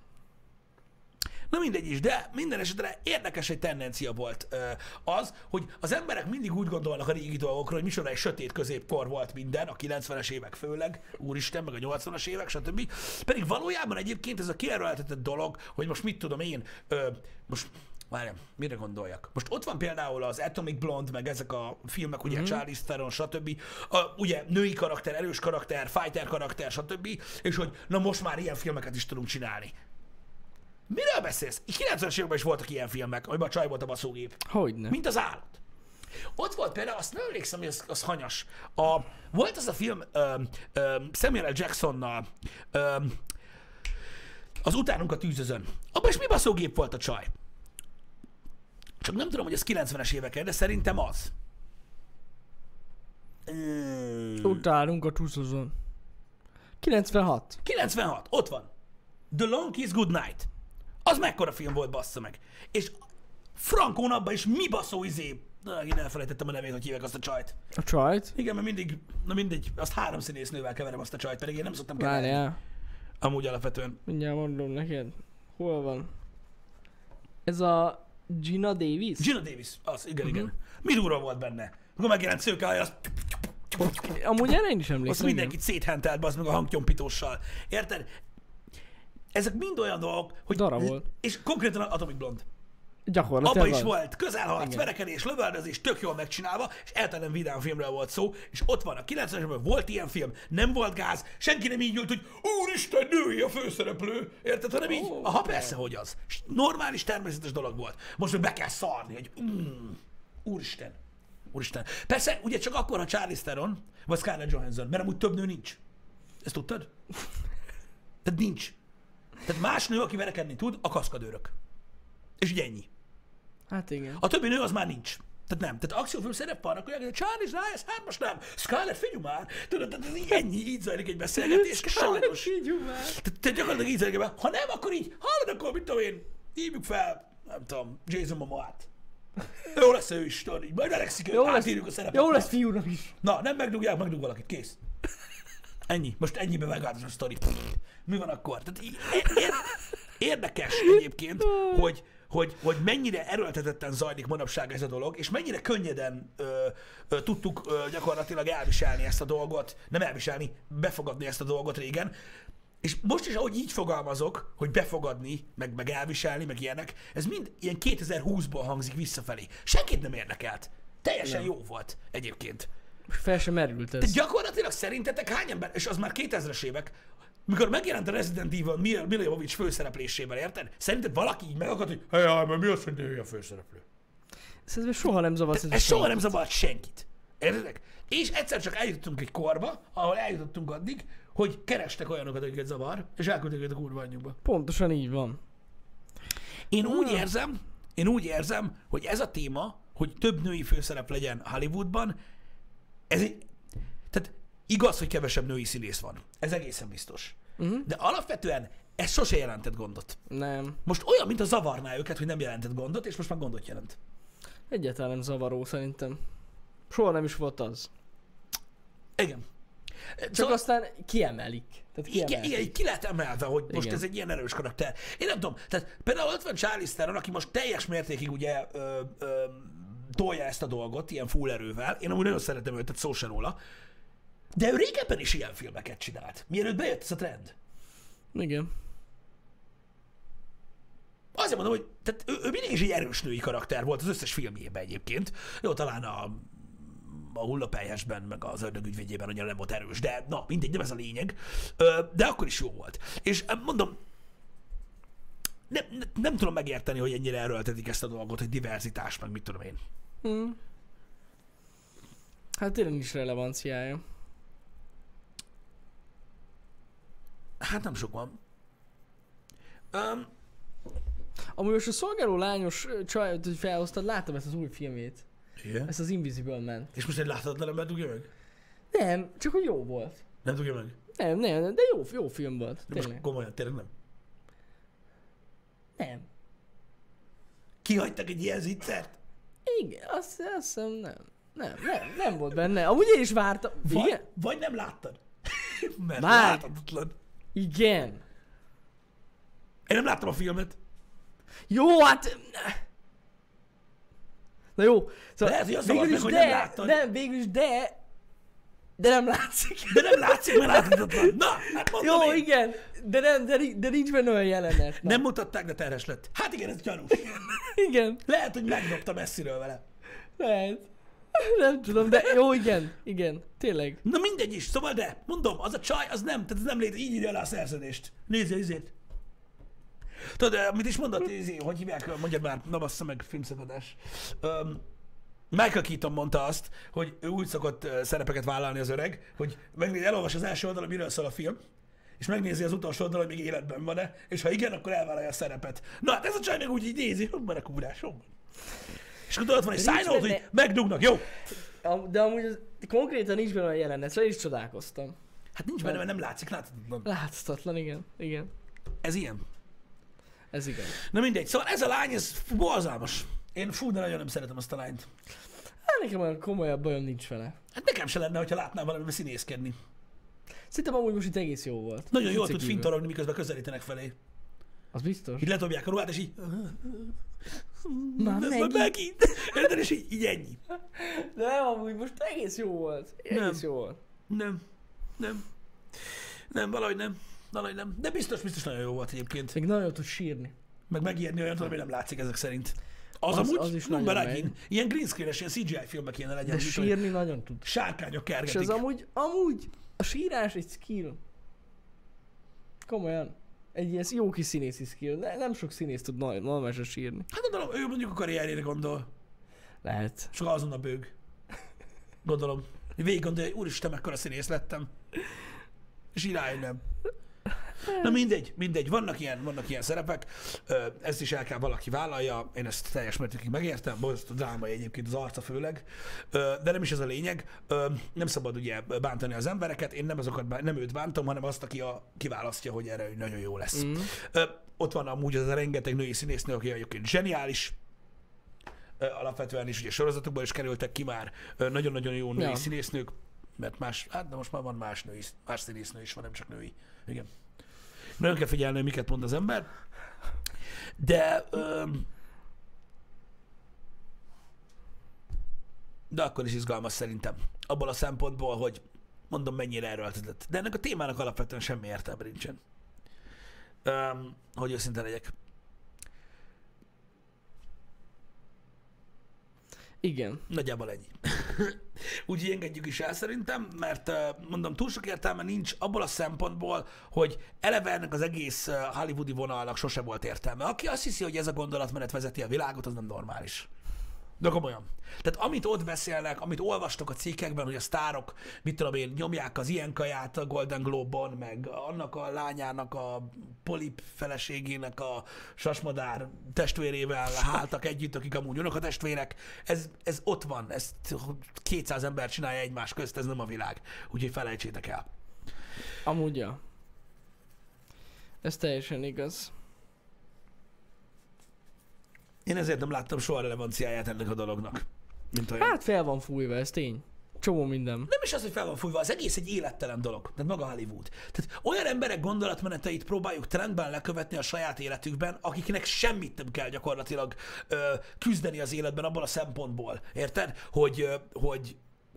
Na mindegy is, de minden esetre érdekes egy tendencia volt az, hogy az emberek mindig úgy gondolnak a régi dolgokról, hogy micsoda egy sötét középkor volt minden, a kilencvenes évek főleg, úristen, meg a nyolcvanas évek, stb. Pedig valójában egyébként ez a kierőltetett dolog, hogy most mit tudom én, most várjam, mire gondoljak? Most ott van például az Atomic Blonde, meg ezek a filmek, ugye mm-hmm. Charlize Theron, stb. A, ugye női karakter, erős karakter, fighter karakter, stb. És hogy na most már ilyen filmeket is tudunk csinálni. Miről beszélsz? kilencvenes években is voltak ilyen filmek, amiben a csaj volt a baszógép. Hogyne. Mint az állat. Ott volt például, azt nem emlékszem, hogy az, az hanyas. A, volt az a film um, um, Samuel L. Jacksonnal, um, az Utánunk a tűzözön. Abban is mi baszógép volt a csaj? Csak nem tudom, hogy ez kilencvenes évek, de szerintem az. Mm. Utálunk a tűzözön. kilencvenhat. kilencvenhat, ott van. The Long Kiss Goodnight. Az mekkora film volt, bassza meg. És Frankón abban is mi baszó izé. Na, én elfelejtettem a nevét, hogy hívják azt a csajt. A csajt? Igen, mert mindig, na mindegy, azt három színésznővel keverem azt a csajt, pedig én nem szoktam keverni. Várjál. Amúgy alapvetően. Mindjárt mondom neked. Hol van? Ez a Gina Davis? Gina Davis, az, igen, uh-huh. igen. Mi durva volt benne? Amikor megjelent Szőkehája, az... Amúgy erre én is emlékszem. Azt mindenkit széthentelt, bazd meg a hangtyompítóssal. Érted? Ezek mind olyan dolgok, hogy... Darab volt. És konkrétan Atomic Blonde. Gyakorlatilag Abba is van. volt közelharc, verekedés, lövöldözés, tök jól megcsinálva, és eltelen vidám filmről volt szó, és ott van a kilencvenesben volt ilyen film, nem volt gáz, senki nem így nyúlt, hogy úristen, női a főszereplő, érted? Hanem így, Oh, aha, persze, hogy az. Normális, természetes dolog volt. Most meg be kell szarni, hogy mm, úristen, úristen. Persze, ugye csak akkor, ha Charlize Theron, vagy Scarlett Johansson, mert amúgy több nő nincs. Ezt tudtad? Tehát nincs. Tehát más nő, aki verekedni tud, a kaszkadőrök. És ugye ennyi. Hát igen. A többi nő az már nincs. Tehát nem. Tehát akciófilm szerep vannak, hogy Charles Ryers, hát most nem. Scarlett, figyelj már. Tudod, tehát ez így ennyi, így zajlik egy beszélgetés. Sajnos. Tehát, tehát gyakorlatilag így zajlik. Ha nem, akkor így, hallod, akkor mit tudom én, hívjuk fel, nem tudom, Jason Momoát. Jó lesz ő is, tudod, így majd elegszik ő, átírjuk a szerepet. Jó lesz fiúnak is. Na, nem megdugják, megdug valakit, kész. Ennyi. Most ennyibe megváltozott a sztori. Mi van akkor? Tehát így, ér, érdekes egyébként, hogy, hogy, hogy mennyire erőltetetten zajlik manapság ez a dolog, és mennyire könnyeden ö, ö, tudtuk ö, gyakorlatilag elviselni ezt a dolgot, nem elviselni, befogadni ezt a dolgot régen. És most is, ahogy így fogalmazok, hogy befogadni, meg, meg elviselni, meg ilyenek, ez mind ilyen kétezer-húszból hangzik visszafelé. Senkit nem érdekelt. Teljesen nem. Jó volt egyébként. Fel sem merült ez. De gyakorlatilag szerintetek hány ember, és az már kétezres évek, mikor megjelent a Resident Evil Milla Jovovich főszereplésével, érted? Szerinted valaki így megakadt, hogy hely, hely, mert mi azt mondja, hogy ő a főszereplő? Ez soha nem zavart. Ez soha nem zavart senkit. Értedek? És egyszer csak eljutottunk egy korba, ahol eljutottunk addig, hogy kerestek olyanokat, akiket zavar, és elküldték őket a kurva anyjukba. Pontosan így van. Én úgy érzem, én úgy érzem, hogy ez a téma, hogy több női főszerep legyen Hollywoodban, ez egy, tehát igaz, hogy kevesebb női színész van. Ez egészen biztos. Uh-huh. De alapvetően ez sose jelentett gondot. Nem. Most olyan, mint a zavarná őket, hogy nem jelentett gondot, és most már gondot jelent. Egyáltalán nem zavaró szerintem. Soha nem is volt az. Igen. Csak szóval, aztán kiemelik. Tehát igen, igen, ki lehet emelve, hogy most igen. Ez egy ilyen erős karakter. Én nem tudom, tehát például ott van Charlize Theron, aki most teljes mértékig ugye ö, ö, tolja ezt a dolgot, ilyen full erővel. Én amúgy nagyon szeretem őt, tehát szó se róla. De ő régebben is ilyen filmeket csinált, mielőtt bejött ez a trend. Igen. Azért mondom, hogy tehát ő, ő mindig is egy erős női karakter volt az összes filmjében egyébként. Jó, talán a, a Hullapelyesben, meg az Ördög ügyvédjében annyira nem volt erős, de na, mindegy, nem ez a lényeg. De akkor is jó volt. És mondom, nem, nem, nem tudom megérteni, hogy ennyire erőltetik ezt a dolgot, hogy diverzitás, meg mit tudom én. Hmm. Hát tényleg nincs relevanciája. Hát nem sok van. Um, Amúgy most a szolgáló lányos csajot, hogy felhoztad, láttam ezt az új filmét. igen? Ezt az Invisible Man. És most egy láthatatlan ember dugja meg? Nem, csak hogy jó volt. Nem dugja meg? Nem, nem, de jó, jó film volt. De Tényleg. most komolyan, tényleg nem? Nem. Kihagytak egy ilyen zicsert? Igen, azt, azt hiszem nem. Nem, nem, nem volt benne. Amúgy én is vártam. Vagy, Igen? vagy nem láttad? Mert Már. láthatatlan. Igen. Én nem láttam a filmet. Jó, hát... Na jó. Szóval Lehet, hogy az végül zavart is meg, hogy de, nem láttad. Nem, végül is de... De nem látszik. De nem látszik, mert láthatatlan. Na, hát mondtam Jó, én. igen. De, nem, de, de nincs benne olyan jelenet. Na. Nem mutatták, de terhes lett. Hát igen, ez gyanús. Igen. Lehet, hogy megdobta messziről vele. Lehet. Nem tudom, de jó, igen. Igen. Tényleg. Na mindegy is, szóval de, mondom, az a csaj, az nem, tehát ez nem létezik, így írja le a szerződést. Nézze, izét. Tudod, mit is mondott, izé, hogy hívják, mondjad már, na bassza meg, filmszakadás. Um, Michael Keaton mondta azt, hogy ő úgy szokott uh, szerepeket vállalni az öreg, hogy megnézi, elolvas az első oldalon, miről szól a film, és megnézi az utolsó oldalon, hogy még életben van-e, és ha igen, akkor elvállalja a szerepet. Na hát ez a csaj meg úgy így nézi, hogy van a kúrás, hogy van. És akkor ott van egy szájnót, hogy megdugnak, jó? De amúgy az, konkrétan nincs benne a jelenet, szóval én is csodálkoztam. Hát nincs benne, mert nem látszik, láthatatlan. Láthatatlan, igen. Igen. Ez ilyen. Ez igaz. Na mindegy, szóval ez a lány, ez borzalmas. Én fú, de nagyon nem szeretem azt a lányt. Hát nekem olyan komolyabb bajom nincs vele. Hát nekem se lenne, hogyha látnám valamiben színészkedni. Szerintem amúgy most itt egész jó volt. Nagyon jól Vicce tud kívül. fintorogni, miközben közelítenek felé. Az biztos. Így letobják a ruhát, és így... Már Ez már megint. megint. Érted, és így, így ennyi. De nem, amúgy most egész jó volt. Egész Nem. jó volt. Nem. Nem. Nem, valahogy nem. Valahogy nem. De biztos, biztos nagyon jó volt egyébként. Még nagyon tud sírni. Meg megijedni olyan, ami nem látszik ezek szerint. Az, Az- amúgy, az is mondom, nagyon megint, ilyen green screen-es, ilyen cé gé í filmek kéne legyen. De úgy, sírni hogy nagyon tud. Sárkányok És kergetik. ez amúgy, amúgy a sírás egy skill. Komolyan. Egy ilyen jó kis színészi skill. Ne, nem sok színész tud nagy, normálisan sírni. Hát gondolom, ő mondjuk a karrierjére gondol. Lehet. És akkor azon a bőg. Gondolom. Végig gondolja, hogy úristen, mekkora színész lettem. És így rájön nem. Na mindegy, mindegy, vannak ilyen, vannak ilyen szerepek, Ö, ezt is el kell valaki vállalja, én ezt teljes mértékig megértem, borzasztó drámai egyébként az arca főleg, Ö, de nem is ez a lényeg, Ö, nem szabad ugye bántani az embereket, én nem azokat, bán- nem őt bántom, hanem azt, aki a, kiválasztja, hogy erre nagyon jó lesz. Mm. Ö, ott van amúgy az a rengeteg női színésznő, aki egyébként zseniális, Ö, alapvetően is ugye sorozatokban is kerültek ki már Ö, nagyon-nagyon jó női Ja. színésznők, mert más, hát de most már van más női, más színésznő is van, nem csak női. Igen. Nagyon kell figyelni, hogy miket mond az ember. De öm, de akkor is izgalmas szerintem. Abból a szempontból, hogy mondom, mennyire erőltetett. De ennek a témának alapvetően semmi értelme nincsen. Öm, hogy őszinte legyek. Igen. Nagyjából ennyi. Úgyhogy engedjük is el szerintem, mert ö, mondom, túl sok értelme nincs abból a szempontból, hogy eleve ennek az egész ö, hollywoodi vonalnak sose volt értelme. Aki azt hiszi, hogy ez a gondolatmenet vezeti a világot, az nem normális. De komolyan. Tehát amit ott beszélnek, amit olvastok a cikkekben, hogy a sztárok, mit tudom én, nyomják az ilyen kaját a Golden Globe-on, meg annak a lányának, a polip feleségének a sasmadár testvérével háltak együtt, akik amúgy unokatestvérek, ez, ez ott van, ezt kétszáz ember csinálja egymás közt, ez nem a világ. Úgyhogy felejtsétek el. Amúgy, ja. Ez teljesen igaz. Én ezért nem láttam soha relevanciáját ennek a dolognak. Mint olyan. Hát fel van fújva, ez tény. Csomó minden. Nem is az, hogy fel van fújva, az egész egy élettelen dolog. Tehát maga Hollywood. Tehát olyan emberek gondolatmeneteit próbáljuk trendben lekövetni a saját életükben, akiknek semmit nem kell gyakorlatilag ö, küzdeni az életben abból a szempontból. Érted? Hogy, ö, hogy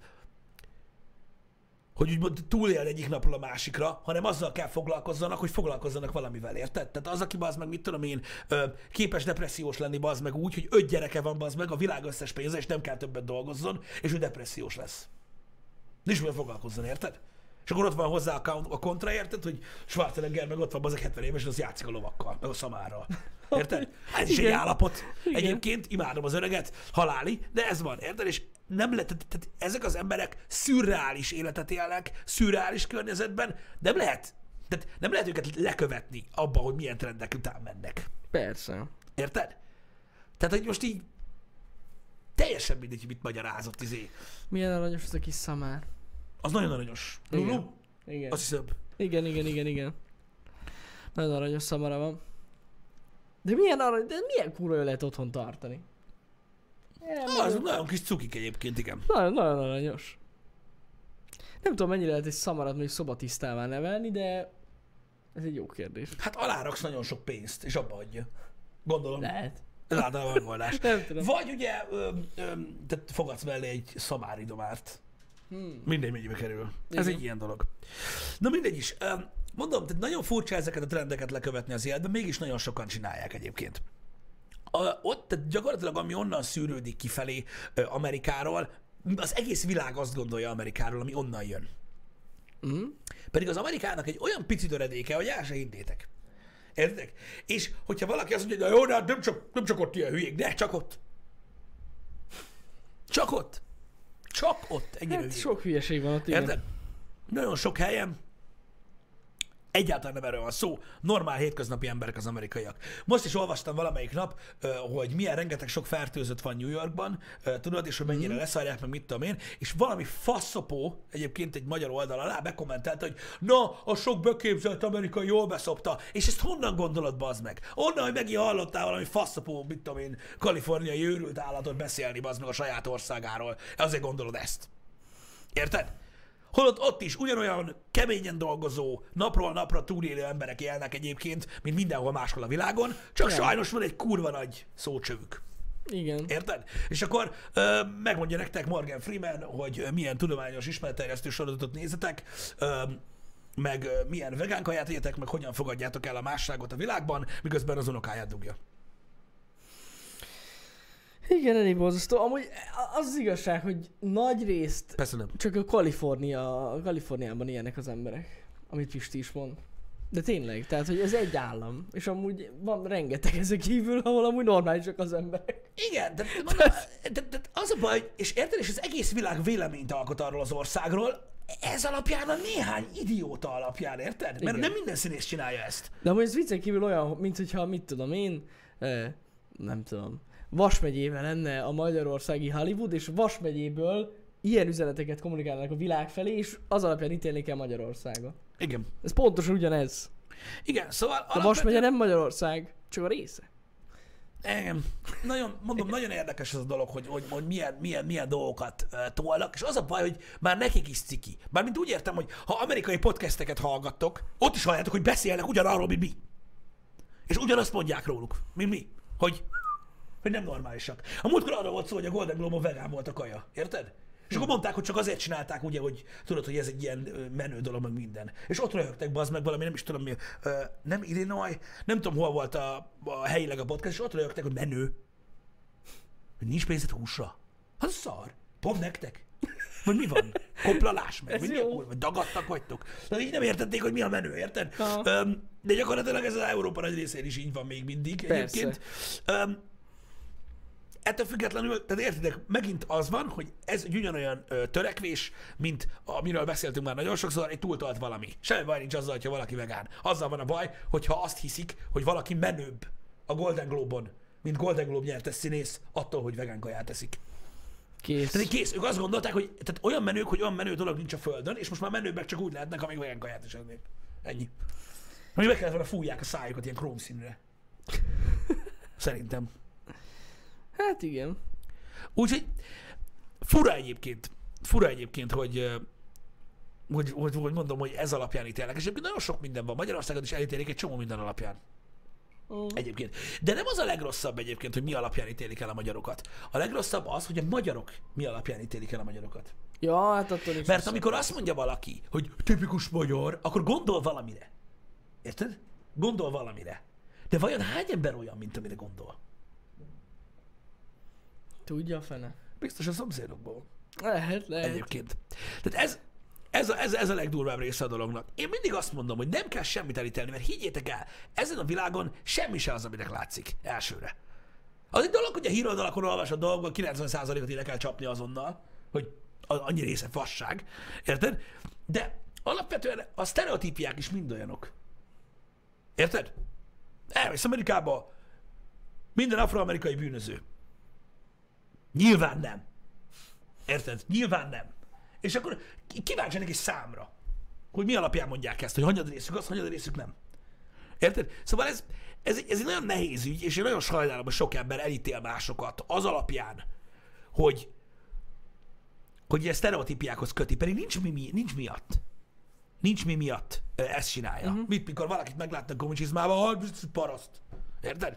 hogy úgymond túlél egyik napról a másikra, hanem azzal kell foglalkozzanak, hogy foglalkozzanak valamivel, érted? Tehát az, aki bazd meg, mit tudom én, ö, képes depressziós lenni, bazd meg úgy, hogy öt gyereke van, bazd meg, a világ összes pénze, és nem kell többet dolgozzon, és ő depressziós lesz. Nincs mivel foglalkozzon, érted? És akkor ott van hozzá a, a kontra, érted, hogy Schwarzenegger meg ott van bazeg hetven éves, és az játszik a lovakkal, meg a szamárral. Érted? Ez is egy állapot. Igen. Egyébként imádom az öreget, haláli, de ez van, érted? És nem lehet, tehát ezek az emberek szürreális életet élnek, szürreális környezetben, nem lehet, tehát nem lehet őket lekövetni abba, hogy milyen trendek után mennek. Persze. Érted? Tehát, hogy most így teljesen mindegy, hogy mit magyarázott izé. Milyen aranyos az a kis szamár. Az nagyon aranyos. Igen. Lulu? Igen. Azt hiszem. Igen, igen, igen, igen. Nagyon aranyos szamara van. De milyen arany, de milyen kurva jól lehet otthon tartani? Ja, Ah, az nagyon kis cukik egyébként, igen. Nagyon, nagyon aranyos. Nem tudom, mennyire lehet egy szamarat mondjuk szobatisztává nevelni, de ez egy jó kérdés. Hát aláraksz nagyon sok pénzt, és abba adja. Gondolom. Lehet. Ez általában a megoldás. Nem tudom. Vagy ugye, ö, ö, tehát fogadsz mellé egy szamáridomát. Hmm. Mindegy, mennyibe kerül. Igen. Ez egy ilyen dolog. Na mindegy is. Ö, Mondom, tehát nagyon furcsa ezeket a trendeket lekövetni az életben, mégis nagyon sokan csinálják egyébként. A, ott tehát gyakorlatilag, ami onnan szűrődik kifelé ö, Amerikáról, az egész világ azt gondolja Amerikáról, ami onnan jön. Mm. Pedig az Amerikának egy olyan pici töredéke, hogy el se hinnétek. Értitek? És hogyha valaki azt mondja, hogy jó, de hát nem csak, nem csak ott ilyen hülyék, de csak ott. Csak ott. Csak ott ennyire Hát hülyék. sok hülyeség van ott, igen. Érted? Nagyon sok helyen egyáltalán nem erről van szó. Normál hétköznapi emberek az amerikaiak. Most is olvastam valamelyik nap, hogy milyen rengeteg sok fertőzött van New Yorkban, tudod, és hogy mennyire leszarják, meg mit tudom én, és valami faszopó, egyébként egy magyar oldal alá bekommentelte, hogy na, a sok beképzelt amerikai jól beszopta, és ezt honnan gondolod, bazd meg? Onnan, hogy megint hallottál valami faszopó, mit tudom én, kaliforniai őrült állatot beszélni, bazd meg a saját országáról. Azért gondolod ezt. Érted? Holott ott is ugyanolyan keményen dolgozó, napról napra túlélő emberek élnek egyébként, mint mindenhol máshol a világon, csak Nem. sajnos van egy kurva nagy szócsövük. Igen. Érted? És akkor ö, megmondja nektek Morgan Freeman, hogy milyen tudományos ismeretterjesztő sorozatot nézetek, ö, meg ö, milyen vegán kaját egyetek, meg hogyan fogadjátok el a másságot a világban, miközben az unokáját dugja. Igen, elég borzasztó. Amúgy az az igazság, hogy nagy részt Persze nem. csak a Kalifornia, a Kaliforniában ilyenek az emberek, amit Pisti is mond. De tényleg, tehát, hogy ez egy állam, és amúgy van rengeteg ezek kívül, ahol amúgy normálisak az emberek. Igen, de, mondom, de, de az a baj, és érted, és az egész világ véleményt alkot arról az országról, ez alapján a néhány idióta alapján, érted? Mert Igen. nem minden színész csinálja ezt. De amúgy ez viccen kívül olyan, mint hogyha, mit tudom én, eh, nem tudom, Vas megyével lenne a magyarországi Hollywood, és Vas megyéből ilyen üzeneteket kommunikálnak a világ felé, és az alapján ítélni kell Magyarországot. Igen. Ez pontosan ugyanez. Igen, szóval A Vas megye nem Magyarország, csak a része. Igen. Nagyon, mondom, nagyon érdekes ez a dolog, hogy, hogy, hogy milyen, milyen, milyen dolgokat uh, tolnak, és az a baj, hogy már nekik is ciki. Mármint úgy értem, hogy ha amerikai podcasteket hallgattok, ott is halljátok, hogy beszélnek ugyanarról, mint mi. És ugyanazt mondják róluk, mint mi. Hogy, hogy nem normálisak. A múltkor arra volt szó, hogy a Golden Globe-on vegán volt a kaja. Érted? És akkor mondták, hogy csak azért csinálták, ugye, hogy tudod, hogy ez egy ilyen ö, menő dolog, meg minden. És ott röhögtek, bazd meg valami, nem is tudom mi, ö, nem Illinois, nem tudom, hol volt a, a helyileg a podcast, és ott röhögtek, hogy menő. Hogy nincs pénzed húsra. Az szar. Pont nektek. Vagy mi van? Komplalás meg. Vagy, jó. vagy dagadtak vagytok. De így nem értették, hogy mi a menő, érted? Aha. Öm, de gyakorlatilag ez az Európa nagy részén is így van még mindig Persze. egyébként. Öm, Ettől függetlenül, tehát értitek, megint az van, hogy ez egy ugyanolyan ö, törekvés, mint amiről beszéltünk már nagyon sokszor, egy túltolt valami. Semmi baj nincs azzal, hogyha valaki vegán. Azzal van a baj, hogyha azt hiszik, hogy valaki menőbb a Golden Globe-on, mint Golden Globe nyertes színész, attól, hogy vegán kaját eszik. Kész. Tehát így kész, ők azt gondolták, hogy tehát olyan menők, hogy olyan menő dolog nincs a Földön, és most már menőbbek csak úgy lehetnek, amíg vegán kaját is ennék. Ennyi. Ami meg kellett volna fújják a szájukat ilyen krómszínűre. Szerintem. Hát igen. Úgyhogy fura egyébként, fura egyébként, hogy, ö, hogy, hogy, hogy mondom, hogy ez alapján ítélnek. És egyébként nagyon sok minden van. Magyarországon is elítélik egy csomó minden alapján. Mm. Egyébként. De nem az a legrosszabb egyébként, hogy mi alapján ítélik el a magyarokat. A legrosszabb az, hogy a magyarok mi alapján ítélik el a magyarokat. Ja, hát attól is. Mert amikor azt mondja valaki, hogy tipikus magyar, akkor gondol valamire. Érted? Gondol valamire. De vajon hány ember olyan, mint amire gondol? Tudja a fene. Biztos a szomszédokból. Lehet, lehet. Egyébként. Tehát ez, ez, a, ez, ez a legdurvább része a dolognak. Én mindig azt mondom, hogy nem kell semmit elítélni, mert higgyétek el, ezen a világon semmi se az, aminek látszik elsőre. Az egy dolog, hogy a híroldalakon olvasod dolgokból kilencven százalékot ide kell csapni azonnal, hogy annyi része fasság. Érted? De alapvetően a sztereotípiák is mind olyanok. Érted? Elmész Amerikába, minden afroamerikai bűnöző. Nyilván nem. Érted? Nyilván nem. És akkor kíváncsiak egy számra, hogy mi alapján mondják ezt, hogy hanyad részük az, hanyad részük nem. Érted? Szóval ez, ez, ez egy nagyon nehéz ügy, és én nagyon sajnálom, hogy sok ember elítél másokat az alapján, hogy, hogy ilyen sztereotípiákhoz köti, pedig nincs mi, mi, nincs miatt. Nincs mi miatt ö, ezt csinálja. Uh-huh. Mit, mikor valakit meglátnak gumicsizmában, ah, paraszt. Érted?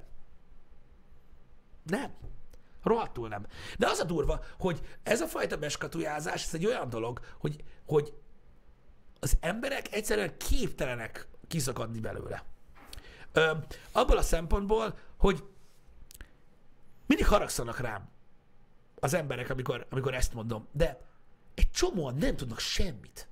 Nem. Rohadtul nem. De az a durva, hogy ez a fajta beskatujázás, ez egy olyan dolog, hogy, hogy az emberek egyszerűen képtelenek kiszakadni belőle. Ö, abból a szempontból, hogy mindig haragszanak rám az emberek, amikor, amikor ezt mondom, de egy csomóan nem tudnak semmit.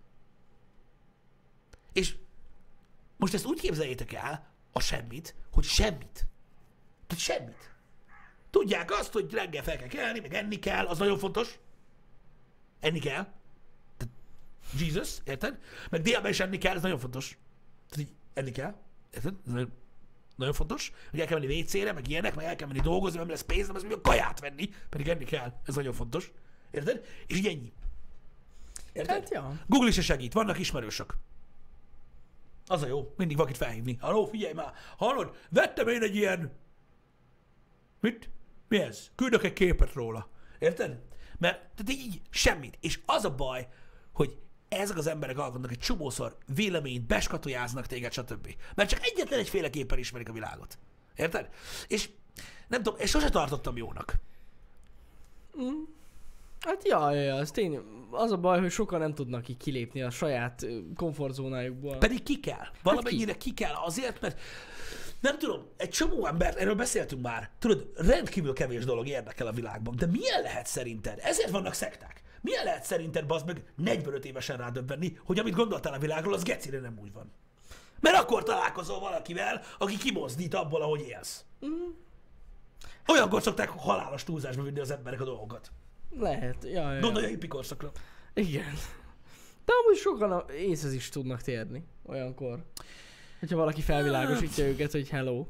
És most ezt úgy képzeljétek el, a semmit, hogy semmit. Tehát semmit. Tudják azt, hogy reggel fel kell kelni, meg enni kell, az nagyon fontos. Enni kell. Tehát Jesus, érted? Meg délben is enni kell, ez nagyon fontos. Tehát így enni kell, érted? Ez nagyon, nagyon fontos. Hogy el kell menni vécére, meg ilyenek, meg el kell menni dolgozni, nem lesz pénz, nem lesz mondjuk kaját venni, pedig enni kell, ez nagyon fontos. Érted? És így ennyi. Érted? Hát ja. Google is segít, vannak ismerősök. Az a jó, mindig vakit felhívni. Haló, figyelj már, hallod? Vettem én egy ilyen... Mit? Mi ez? Küldök egy képet róla. Érted? Mert tehát így semmit. És az a baj, hogy ezek az emberek alkotnak egy csomószor véleményt, beskatujáznak téged, stb. Mert csak egyetlen egyféleképpen ismerik a világot. Érted? És nem tudom, és sose tartottam jónak. Mm. Hát ja, ja, ja, ez tény. Az a baj, hogy sokan nem tudnak így kilépni a saját ö, komfortzónájukból. Pedig ki kell. Valamennyire ki. ki kell azért, mert nem tudom, egy csomó ember, erről beszéltünk már, tudod, rendkívül kevés dolog érdekel a világban, de milyen lehet szerinted? Ezért vannak szekták. Milyen lehet szerinted, bazd meg, negyvenöt évesen rádöbbenni, hogy amit gondoltál a világról, az gecire nem úgy van. Mert akkor találkozol valakivel, aki kimozdít abból, ahogy élsz. Mm. Olyankor szokták halálos túlzásba vinni az emberek a dolgokat. Lehet, ja, ja. Gondolj a hippi korszakra. Igen. De amúgy sokan a észhez is tudnak térni olyankor. Hogyha valaki felvilágosítja őket, hogy hello.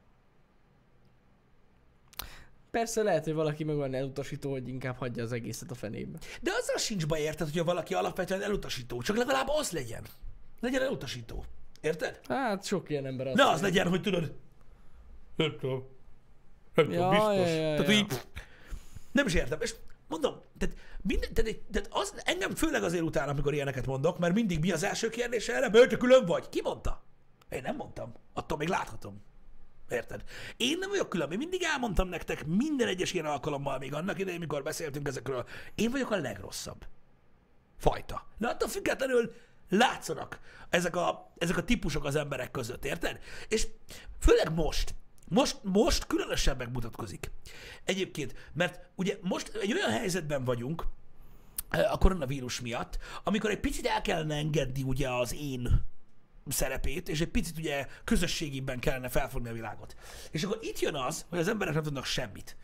Persze lehet, hogy valaki meg olyan elutasító, hogy inkább hagyja az egészet a fenébe. De azzal sincs baj, érted, hogyha valaki alapvetően elutasító. Csak legalább az legyen. Legyen elutasító. Érted? Hát sok ilyen ember az. Ne az legyen, hogy tudod... Nem tudom. Nem tudom, Ja, biztos. ja, ja, Tehát ja. így... Nem is értem. És mondom, tehát, minden, tehát, tehát az, engem főleg azért utál, amikor ilyeneket mondok, mert mindig mi az első kérdés erre? Mert te külön vagy. Ki mondta? Én nem mondtam. Attól még láthatom. Érted? Én nem vagyok külön. Én mindig elmondtam nektek minden egyes ilyen alkalommal, még annak idején, mikor beszéltünk ezekről. Én vagyok a legrosszabb fajta. De attól függetlenül látszanak ezek a, ezek a típusok az emberek között, érted? És főleg most. Most, most különösen megmutatkozik. Egyébként, mert ugye most egy olyan helyzetben vagyunk a koronavírus miatt, amikor egy picit el kellene engedni ugye az én szerepét, és egy picit ugye közösségiben kellene felfogni a világot. És akkor itt jön az, hogy az emberek nem tudnak semmit.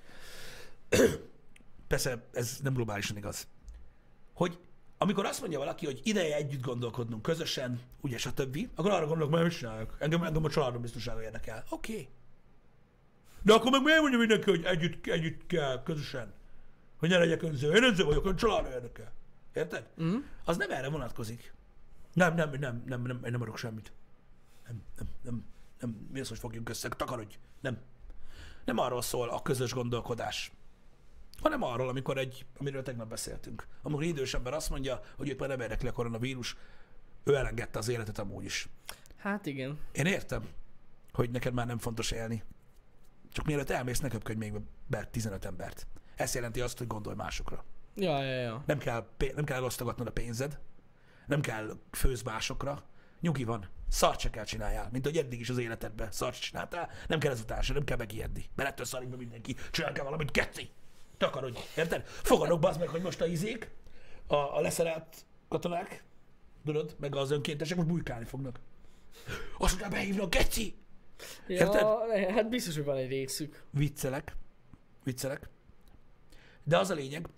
Persze ez nem globálisan igaz. Hogy amikor azt mondja valaki, hogy ideje együtt gondolkodnunk, közösen, ugye, stb., akkor arra gondolok, hogy mit csinálok? Engem, engem a családom biztonsága érdekel. Oké. Okay. De akkor meg miért mondja mindenki, hogy együtt, együtt kell, közösen? Hogy ne legyek önző. Én önző vagyok, a családom érdekel. Érted? Mm. Az nem erre vonatkozik. Nem, nem, nem, nem, nem, én nem adok semmit. Nem, nem, nem, nem, mi az, hogy fogjunk össze, takarodj. Nem. Nem arról szól a közös gondolkodás, hanem arról, amikor egy, amiről tegnap beszéltünk. Amikor egy idős ember azt mondja, hogy őt már nem érdekli a koronavírus, ő elengedte az életet amúgy is. Hát igen. Én értem, hogy neked már nem fontos élni. Csak mielőtt elmész, ne köpködj még be tizenöt embert. Ez jelenti azt, hogy gondolj másokra. Ja, ja, ja. Nem kell, nem kell elosztogatnod a pénzed, nem kell főz másokra. Nyugi van. Szart se kell csináljál, mint hogy eddig is az életedben szart csináltál. Nem kell ezután se, nem kell megijedni. Mert ettől szarik be mindenki. Csinálj kell valamit, geci! Takarodj, érted? Fogadok bazd meg, hogy most a izék, a, a leszerelt katonák, tudod, meg az önkéntesek most bujkálni fognak. Azt mondják, behívnak, geci! Érted? Ja, hát biztos, hogy van egy részük. Viccelek. Viccelek. De az a lényeg,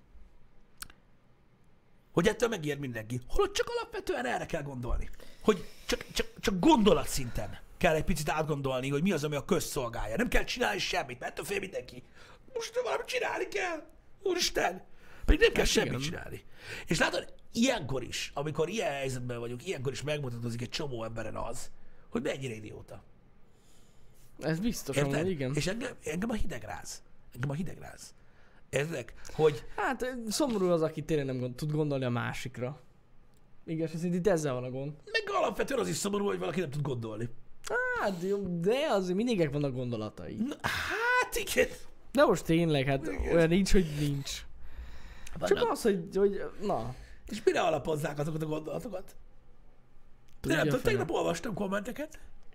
hogy ettől megijed mindenki. Holott csak alapvetően erre kell gondolni. Hogy csak, csak, csak gondolatszinten kell egy picit átgondolni, hogy mi az, ami a közszolgálja. Nem kell csinálni semmit, mert ettől fél mindenki. Most valamit csinálni kell. Úristen! Pedig nem kell Hát semmit igen. csinálni. És látod, ilyenkor is, amikor ilyen helyzetben vagyunk, ilyenkor is megmutatkozik egy csomó emberen az, hogy mennyire idióta. Ez biztos, Érted? amúgy, igen. És engem, engem a hideg ráz. Engem a hideg ráz. Érted? Hogy Hát szomorú az, aki tényleg nem gond, tud gondolni a másikra. Igaz, szerint itt ezzel van a gond. meg alapvetően az is szomorú, hogy valaki nem tud gondolni. Hát jó, de azért mindig vannak gondolatai. Na, hát igen. De most tényleg, hát olyan nincs, hogy nincs. Csak Vannak. az, hogy, hogy na. És mire alapozzák azokat a gondolatokat? De Tudja nem a tudom, fene. tegnap olvastam kommenteket.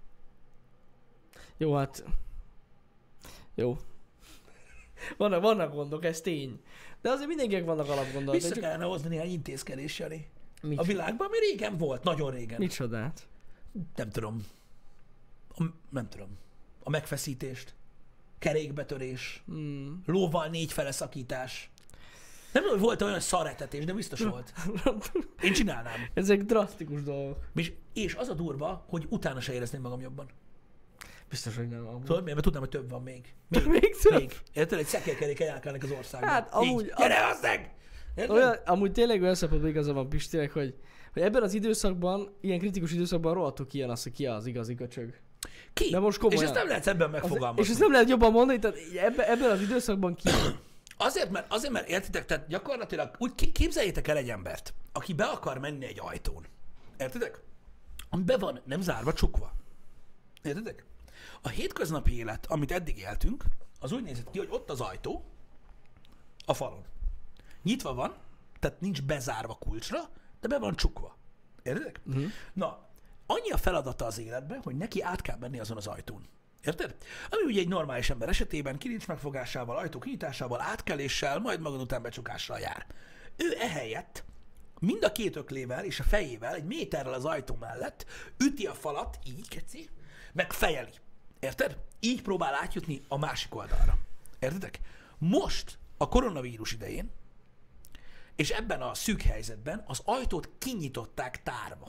Jó, hát... Jó. Vannak, vannak gondok, ez tény. De azért mindenkinek vannak alapgondolatai. Vissza Csak... kellene hozni néhány intézkedés, Jani. Mit, A világban, ami régen volt, nagyon régen. Micsodát? Nem tudom. A, nem tudom. A megfeszítést. Kerékbetörés. Hmm. Lóval négyfele szakítás. Nem tudom, hogy volt olyan szaretetés, de biztos volt. Én csinálnám. Ezek drasztikus dolgok. És, és az a durva, hogy utána se érezném magam jobban. Biztos, hogy nem. Amúgy. Tudod miért? Mert tudnám, hogy több van még. Még. Még több? még. Érted? Egy szekérkerék járkálnak az országban. Hát, amúgy- Így. Gyere, azzeg! Olyan, amúgy tényleg olyan szempontból igaza van Pistinek, hogy, hogy ebben az időszakban, ilyen kritikus időszakban rohadtul kijön az, hogy ki az igazi köcsög. Ki? De most komolyan. És ezt nem lehet ebben Az, megfogalmazni. és ezt nem lehet jobban mondani, tehát ebbe, ebben az időszakban ki. Azért, mert, azért, mert értitek, tehát gyakorlatilag úgy ki- képzeljétek el egy embert, aki be akar menni egy ajtón. Értitek? Ami be van, nem zárva, csukva. Értitek? A hétköznapi élet, amit eddig éltünk, az úgy nézett ki, hogy ott az ajtó a falon. Nyitva van, tehát nincs bezárva kulcsra, de be van csukva. Értitek? Uh-huh. Na, annyi a feladata az életben, hogy neki át kell menni azon az ajtón. Érted? Ami ugye egy normális ember esetében kilincs megfogásával, ajtók kinyitásával, átkeléssel, majd magad után becsukással jár. Ő ehelyett mind a két öklével és a fejével egy méterrel az ajtó mellett üti a falat, így keci, meg fejeli. Érted? Így próbál átjutni a másik oldalra. Értedek? Most, a koronavírus idején és ebben a szűk helyzetben az ajtót kinyitották tárva.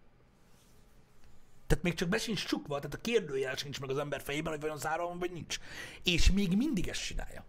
Tehát még csak be sincs csukva, tehát a kérdőjel sincs meg az ember fejében, hogy vajon zárva van, vagy nincs. És még mindig ezt csinálja.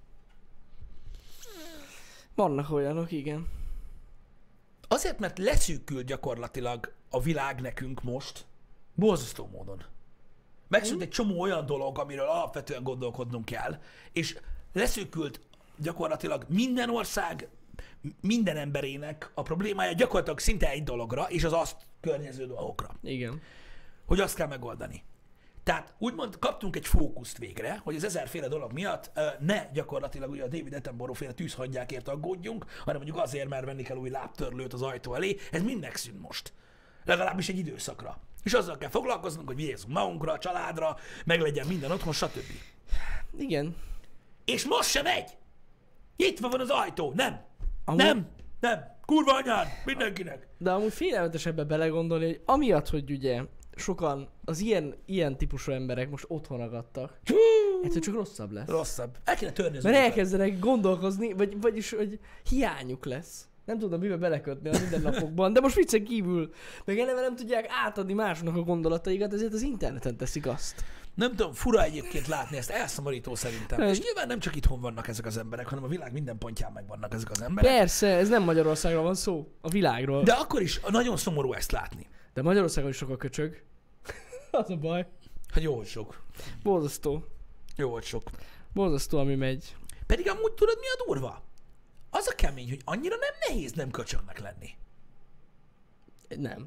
Vannak olyanok, igen. Azért, mert leszűkül gyakorlatilag a világ nekünk most, borzasztó módon. Megszűnt egy csomó olyan dolog, amiről alapvetően gondolkodnunk kell, és leszűkült gyakorlatilag minden ország, minden emberének a problémája gyakorlatilag szinte egy dologra, és az azt környező dolgokra. Igen. Hogy azt kell megoldani. Tehát úgymond kaptunk egy fókuszt végre, hogy az ezerféle dolog miatt uh, ne gyakorlatilag ugye a David Attenborough féle tűzhangyákért aggódjunk, hanem mondjuk azért, mert venni kell új lábtörlőt az ajtó elé. Ez mind megszűnt most. Legalábbis egy időszakra. És azzal kell foglalkoznunk, hogy vigyázzunk magunkra, a családra, meg legyen minden otthon, stb. Igen. És most sem megy! Nyitva van az ajtó, nem! Amúgy... Nem! Nem! Kurva anyád! Mindenkinek! De amúgy félelmetes ebbe belegondolni, hogy amiatt, hogy ugye sokan az ilyen, ilyen típusú emberek most otthon ragadtak, ettől csak rosszabb lesz. Rosszabb. El kéne törni az Mert újat. elkezdenek gondolkozni, vagy, vagyis, hogy hiányuk lesz. Nem tudom mivel belekötni a mindennapokban, de most viccen kívül. Meg eleve nem tudják átadni másnak a gondolataikat, ezért az interneten teszik azt. Nem tudom, fura egyébként látni ezt, elszomorító szerintem. Nem. És nyilván nem csak itthon vannak ezek az emberek, hanem a világ minden pontján meg vannak ezek az emberek. Persze, ez nem Magyarországról van szó, a világról. De akkor is nagyon szomorú ezt látni. De Magyarországon is sok a köcsög. Az a baj. Hát jó, hogy sok. Borzasztó. Jó, hogy sok. Borzasztó, ami megy. Pedig amúgy tudod, mi a durva? Az a kemény, hogy annyira nem nehéz nem köcsögnek lenni. Nem.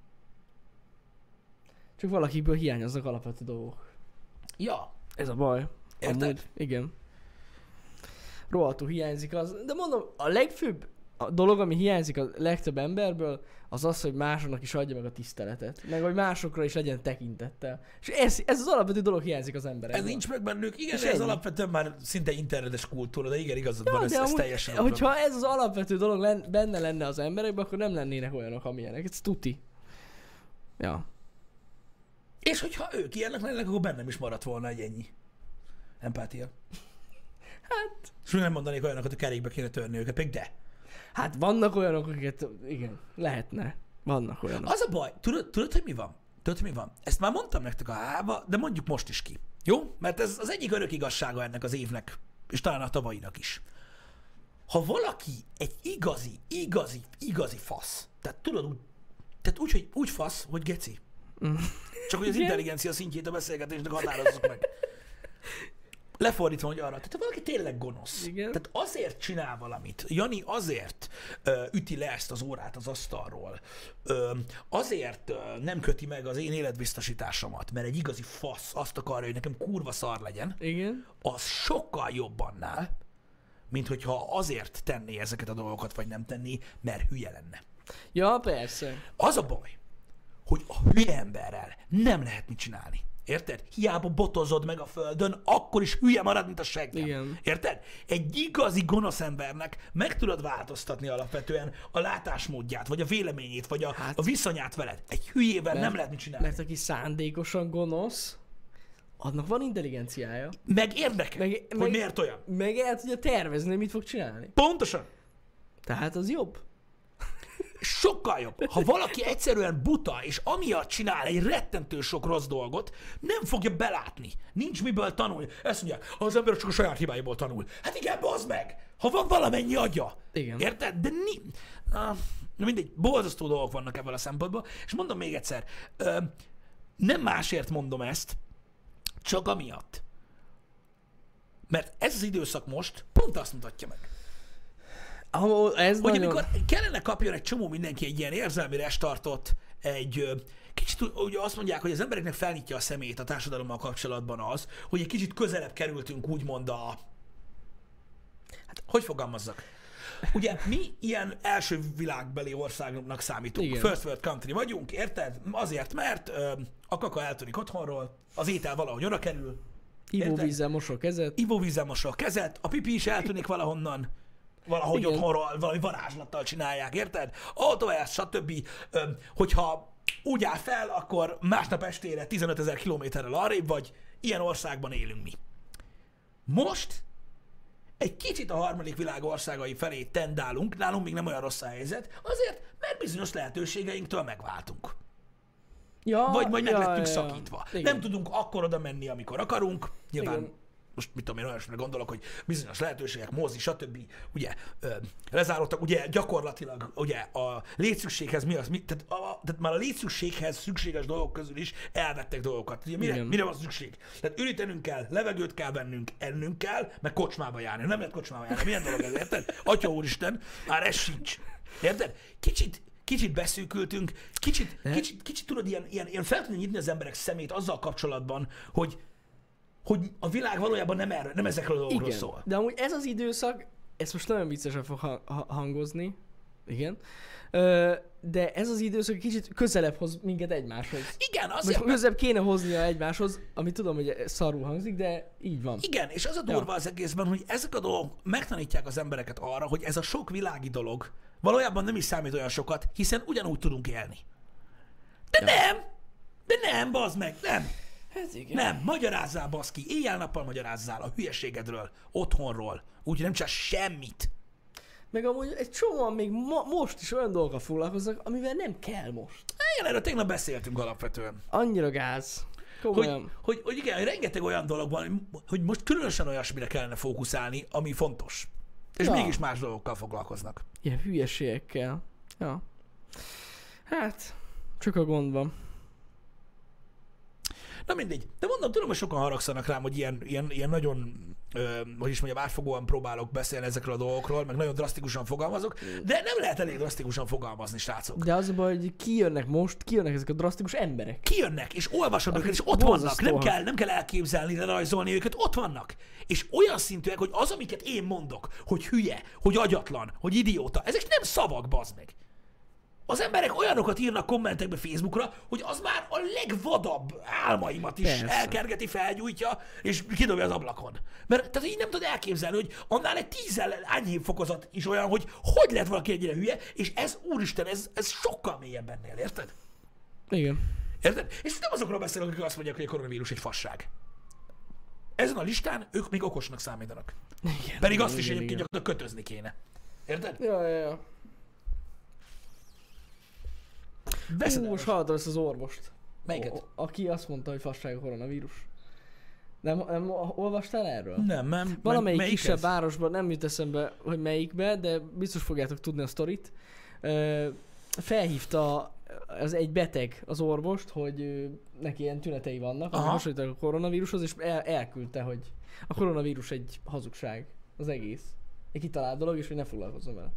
Csak valakiből hiányoznak alapvető dolgok. Ja. Ez a baj. Érted? Amúgy, igen. Rohadtul hiányzik az. De mondom, a legfőbb a dolog, ami hiányzik a legtöbb emberből, az az, hogy másoknak is adja meg a tiszteletet. Meg hogy másokra is legyen tekintettel. És ez, ez az alapvető dolog hiányzik az emberekből. Ez nincs meg bennük. Igen, És ez ennyi. alapvetően már szinte internetes kultúra, de igen, igazad Ja, van, ez, de ez amúgy, teljesen ott van. hogyha ez az alapvető dolog len, benne lenne az emberekben, akkor nem lennének olyanok, amilyenek. Ez tuti. Ja. És hogyha ők ilyenek lennének, akkor bennem is maradt volna egy ennyi empátia. Hát, És még nem mondanék olyanokat, hogy kerékbe kéne törni őket, pedig de. hát vannak olyanok, akiket, igen, lehetne. Vannak olyanok. Az a baj, tudod, tudod, hogy mi van? Tudod, hogy mi van? Ezt már mondtam nektek a hába, de mondjuk most is ki. Jó? Mert ez az egyik örök igazsága ennek az évnek, és talán a tavalyinak is. Ha valaki egy igazi, igazi, igazi fasz, tehát tudod, úgy, tehát úgy, hogy úgy fasz, hogy geci. Csak hogy az Igen? intelligencia szintjét a beszélgetésnek határozzuk meg. Lefordítva, hogy arra, tehát ha valaki tényleg gonosz, Igen. tehát azért csinál valamit, Jani azért ö, üti le ezt az órát az asztalról, ö, azért ö, nem köti meg az én életbiztosításomat, mert egy igazi fasz azt akarja, hogy nekem kurva szar legyen, Igen. az sokkal jobb annál, mint hogyha azért tenné ezeket a dolgokat, vagy nem tenné, mert hülye lenne. Ja, persze. Az a baj, hogy a hülye emberrel nem lehet mit csinálni. Érted? Hiába botozod meg a földön, akkor is hülye marad, mint a seggem. Igen. Érted? Egy igazi gonosz embernek meg tudod változtatni alapvetően a látásmódját, vagy a véleményét, vagy a, Hát- a viszonyát veled. Egy hülyével Mert- nem lehet mit csinálni. Mert aki szándékosan gonosz, annak van intelligenciája. Meg érdekel, Meg- hogy meg- miért olyan. Meg el tudja tervezni, hogy mit fog csinálni. Pontosan. Tehát az jobb. Sokkal jobb. Ha valaki egyszerűen buta, és amiatt csinál egy rettentő sok rossz dolgot, nem fogja belátni. Nincs miből tanulni. Ezt mondják, az ember csak a saját hibáiból tanul. Hát igen, bazd meg! Ha van valamennyi agya. Igen. Érted? De ni... Ah, na mindegy, borzasztó dolgok vannak ebből a szempontból. És mondom még egyszer, ö, nem másért mondom ezt, csak amiatt. Mert ez az időszak most pont azt mutatja meg. Ah, ez Hogy nagyon... amikor kellene kapjon egy csomó mindenki egy ilyen érzelmi restartot, egy ö, kicsit ugye azt mondják, hogy az embereknek felnyitja a szemét a társadalommal kapcsolatban az, hogy egy kicsit közelebb kerültünk úgymond a... Hát, hogy fogalmazzak? Ugye mi ilyen első világbeli országnak számítunk. Igen. First world country vagyunk, érted? Azért, mert ö, a kaka eltűnik otthonról, az étel valahogy oda kerül, Ivóvízzel mosol kezet. ivóvízzel mosol a kezet, a pipi is eltűnik valahonnan, valahogy Igen. otthonról, valami varázslattal csinálják, érted? Autójás, stb. Ö, hogyha úgy áll fel, akkor másnap estére tizenötezer kilométerrel arrébb vagy, ilyen országban élünk mi. Most egy kicsit a harmadik világ országai felé tendálunk, nálunk még nem olyan rossz a helyzet, azért, mert bizonyos lehetőségeinktől megváltunk. Ja, Vagy majd meg ja, lettünk ja, szakítva. igen. Nem tudunk akkor oda menni, amikor akarunk. Nyilván Igen. most mit tudom én, olyasmire gondolok, hogy bizonyos lehetőségek, mozi, stb. Ugye ö, lezárodtak, ugye gyakorlatilag ugye a létszükséghez mi az, mi, tehát, a, tehát már a létszükséghez szükséges dolgok közül is elvettek dolgokat. Ugye mire, Igen. mire van szükség? Tehát ürítenünk kell, levegőt kell vennünk, ennünk kell, meg kocsmába járni. Nem lehet kocsmába járni. Milyen dolog ez, érted? Atya úristen, már ez sincs. Érted? Kicsit Kicsit beszűkültünk, kicsit, kicsit, kicsit tudod, ilyen, ilyen, ilyen fel tudni nyitni az emberek szemét azzal kapcsolatban, hogy, hogy a világ valójában nem, erre, nem ezekről a dolgokról Igen. szól. De amúgy ez az időszak, ez most nagyon viccesen fog ha- ha- hangozni, igen, Ö, de ez az időszak kicsit közelebb hoz minket egymáshoz. Igen, Most azért, mert, közelebb kéne hoznia egymáshoz, ami tudom, hogy szarul hangzik, de így van. igen, és az a durva az egészben, hogy ezek a dolgok megtanítják az embereket arra, hogy ez a sok világi dolog valójában nem is számít olyan sokat, hiszen ugyanúgy tudunk élni. De Ja. nem! De nem, bazd meg, nem! Hát igen. Nem, magyarázzál, baszki, éjjel-nappal magyarázzál a hülyeségedről, otthonról, úgyhogy nem csinálsz semmit. Meg amúgy egy csomóan még mo- most is olyan dolgokkal foglalkoznak, amivel nem kell most. Igen, erről tegnap beszéltünk alapvetően. Annyira gáz. Hogy, Komolyan. hogy, hogy igen, rengeteg olyan dolog van, hogy most különösen olyasmire kellene fókuszálni, ami fontos. És Ja. mégis más dolgokkal foglalkoznak. Ilyen hülyeségekkel. Ja. Hát, csak a gond van. Na mindegy. De mondom, tudom, hogy sokan haragszanak rám, hogy ilyen, ilyen, ilyen nagyon, ö, hogy is mondjam, átfogóan próbálok beszélni ezekről a dolgokról, meg nagyon drasztikusan fogalmazok, de nem lehet elég drasztikusan fogalmazni, srácok. De az a baj, hogy kijönnek most, kijönnek ezek a drasztikus emberek. Kijönnek, és olvasod Akik őket, és ott vannak. Nem borzasztóak. kell, nem kell elképzelni, lerajzolni őket, ott vannak. És olyan szintűek, hogy az, amiket én mondok, hogy hülye, hogy agyatlan, hogy idióta, ezek nem szavak, bazd meg. Az emberek olyanokat írnak kommentekbe Facebookra, hogy az már a legvadabb álmaimat is Persze. elkergeti, felgyújtja, és kidobja az ablakon. Mert tehát így nem tudod elképzelni, hogy annál egy tízzel enyhébb fokozat is olyan, hogy hogy lehet valaki ennyire hülye, és ez, úristen, ez, ez sokkal mélyebb ennél, érted? Igen. Érted? És nem azokról beszélek, akik azt mondják, hogy a koronavírus egy fasság. Ezen a listán ők még okosnak számítanak. Igen. Pedig igen, azt is igen, egyébként igen. gyakorlatilag kötözni kéne. Érted? Ja, ja, ja. Hú, Veszedelmes. most hallottad ezt az orvost. Melyiket? O- aki azt mondta, hogy fasság a koronavírus. Nem, nem olvastál erről? Nem, nem. Valamelyik melyik kisebb ez? városban, nem jut eszembe, hogy melyikbe, de biztos fogjátok tudni a sztorit. Ö, felhívta az egy beteg az orvost, hogy ö, neki ilyen tünetei vannak, ami Aha. hasonlítanak a koronavírushoz, és el, elküldte, hogy a koronavírus egy hazugság, az egész. Egy kitalált dolog, és hogy ne foglalkozzon vele.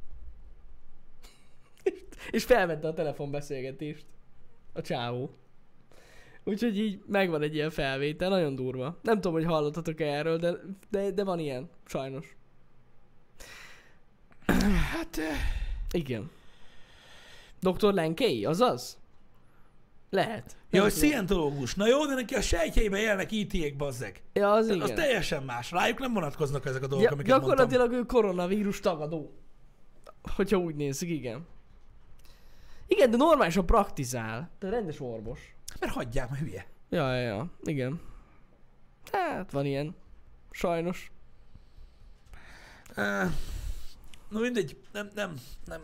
És felvette a telefonbeszélgetést a csávó. Úgyhogy így megvan egy ilyen felvétel, nagyon durva. Nem tudom, hogy hallottatok-e erről, de, de, de van ilyen, sajnos. Hát... eh, Igen. doktor Lenkei, azaz? Lehet. Ja, Nem hogy tudom. szientológus. Na jó, de neki a sejtjeiben élnek í té-ek, bazzeg. Ja, az Az igen. teljesen más. Rájuk nem vonatkoznak ezek a dolgok, Ja, amiket mondtam. gyakorlatilag ő koronavírus tagadó. Hogyha úgy nézzük, igen. Igen, de normálisan praktizál. Tehát rendes orvos. Mert hagyják, mert hülye. Ja, ja, ja. Igen. Hát, van ilyen. Sajnos. Uh, na mindegy, nem, nem, nem.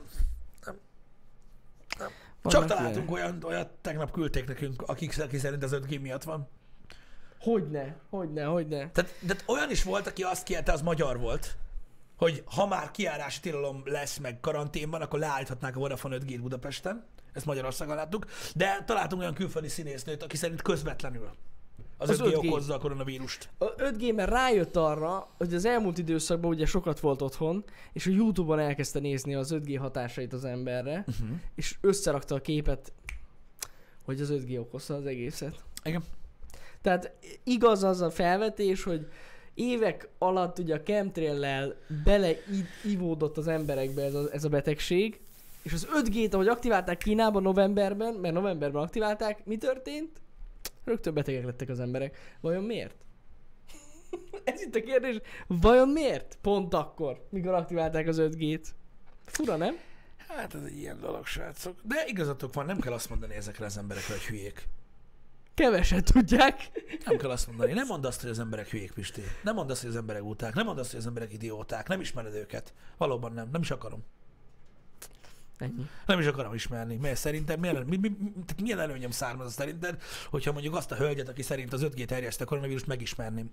Vannak Csak találtunk ilyen. olyan, olyat, tegnap küldték nekünk, akik aki szerint az öt gé miatt van. Hogyne, hogyne, hogyne. Tehát, de olyan is volt, aki azt kérte, az magyar volt, hogy ha már kijárási tilalom lesz, meg karanténban, akkor leállíthatnák a Vodafone öt gét Budapesten. Ezt Magyarországon láttuk. De találtunk olyan külföldi színésznőt, aki szerint közvetlenül az, Az öt gé öt gé. okozza a koronavírust. A öt G-ben rájött arra, hogy az elmúlt időszakban ugye sokat volt otthon, és a YouTube-on elkezdte nézni az öt G hatásait az emberre, Uh-huh. és összerakta a képet, hogy az öt G okozta az egészet. Igen. Tehát igaz az a felvetés, hogy évek alatt ugye a chemtrail-lel beleivódott az emberekbe ez a, ez a betegség, és az öt G-t, ahogy aktiválták Kínában novemberben, mert novemberben aktiválták, mi történt? Rögtön betegek lettek az emberek. Vajon miért? Ez itt a kérdés. Vajon miért? Pont akkor, mikor aktiválták az öt G-t. Fura, nem? Hát ez egy ilyen dolog, srácok. De igazatok van, nem kell azt mondani ezekre az emberekre, hogy hülyék. keveset tudják. Nem kell azt mondani. Nem mondd azt, hogy az emberek hülyék, Pisti. Nem mondd azt, hogy az emberek uták. Nem mondd azt, hogy az emberek idióták. Nem ismered őket. Valóban nem. Nem is akarom. Ennyi. Nem is akarom ismerni. Mert szerintem milyen, mi, mi, tehát milyen előnyöm származ szerinted, hogyha mondjuk azt a hölgyet, aki szerint az öt G terjesztő koronavírust megismerném.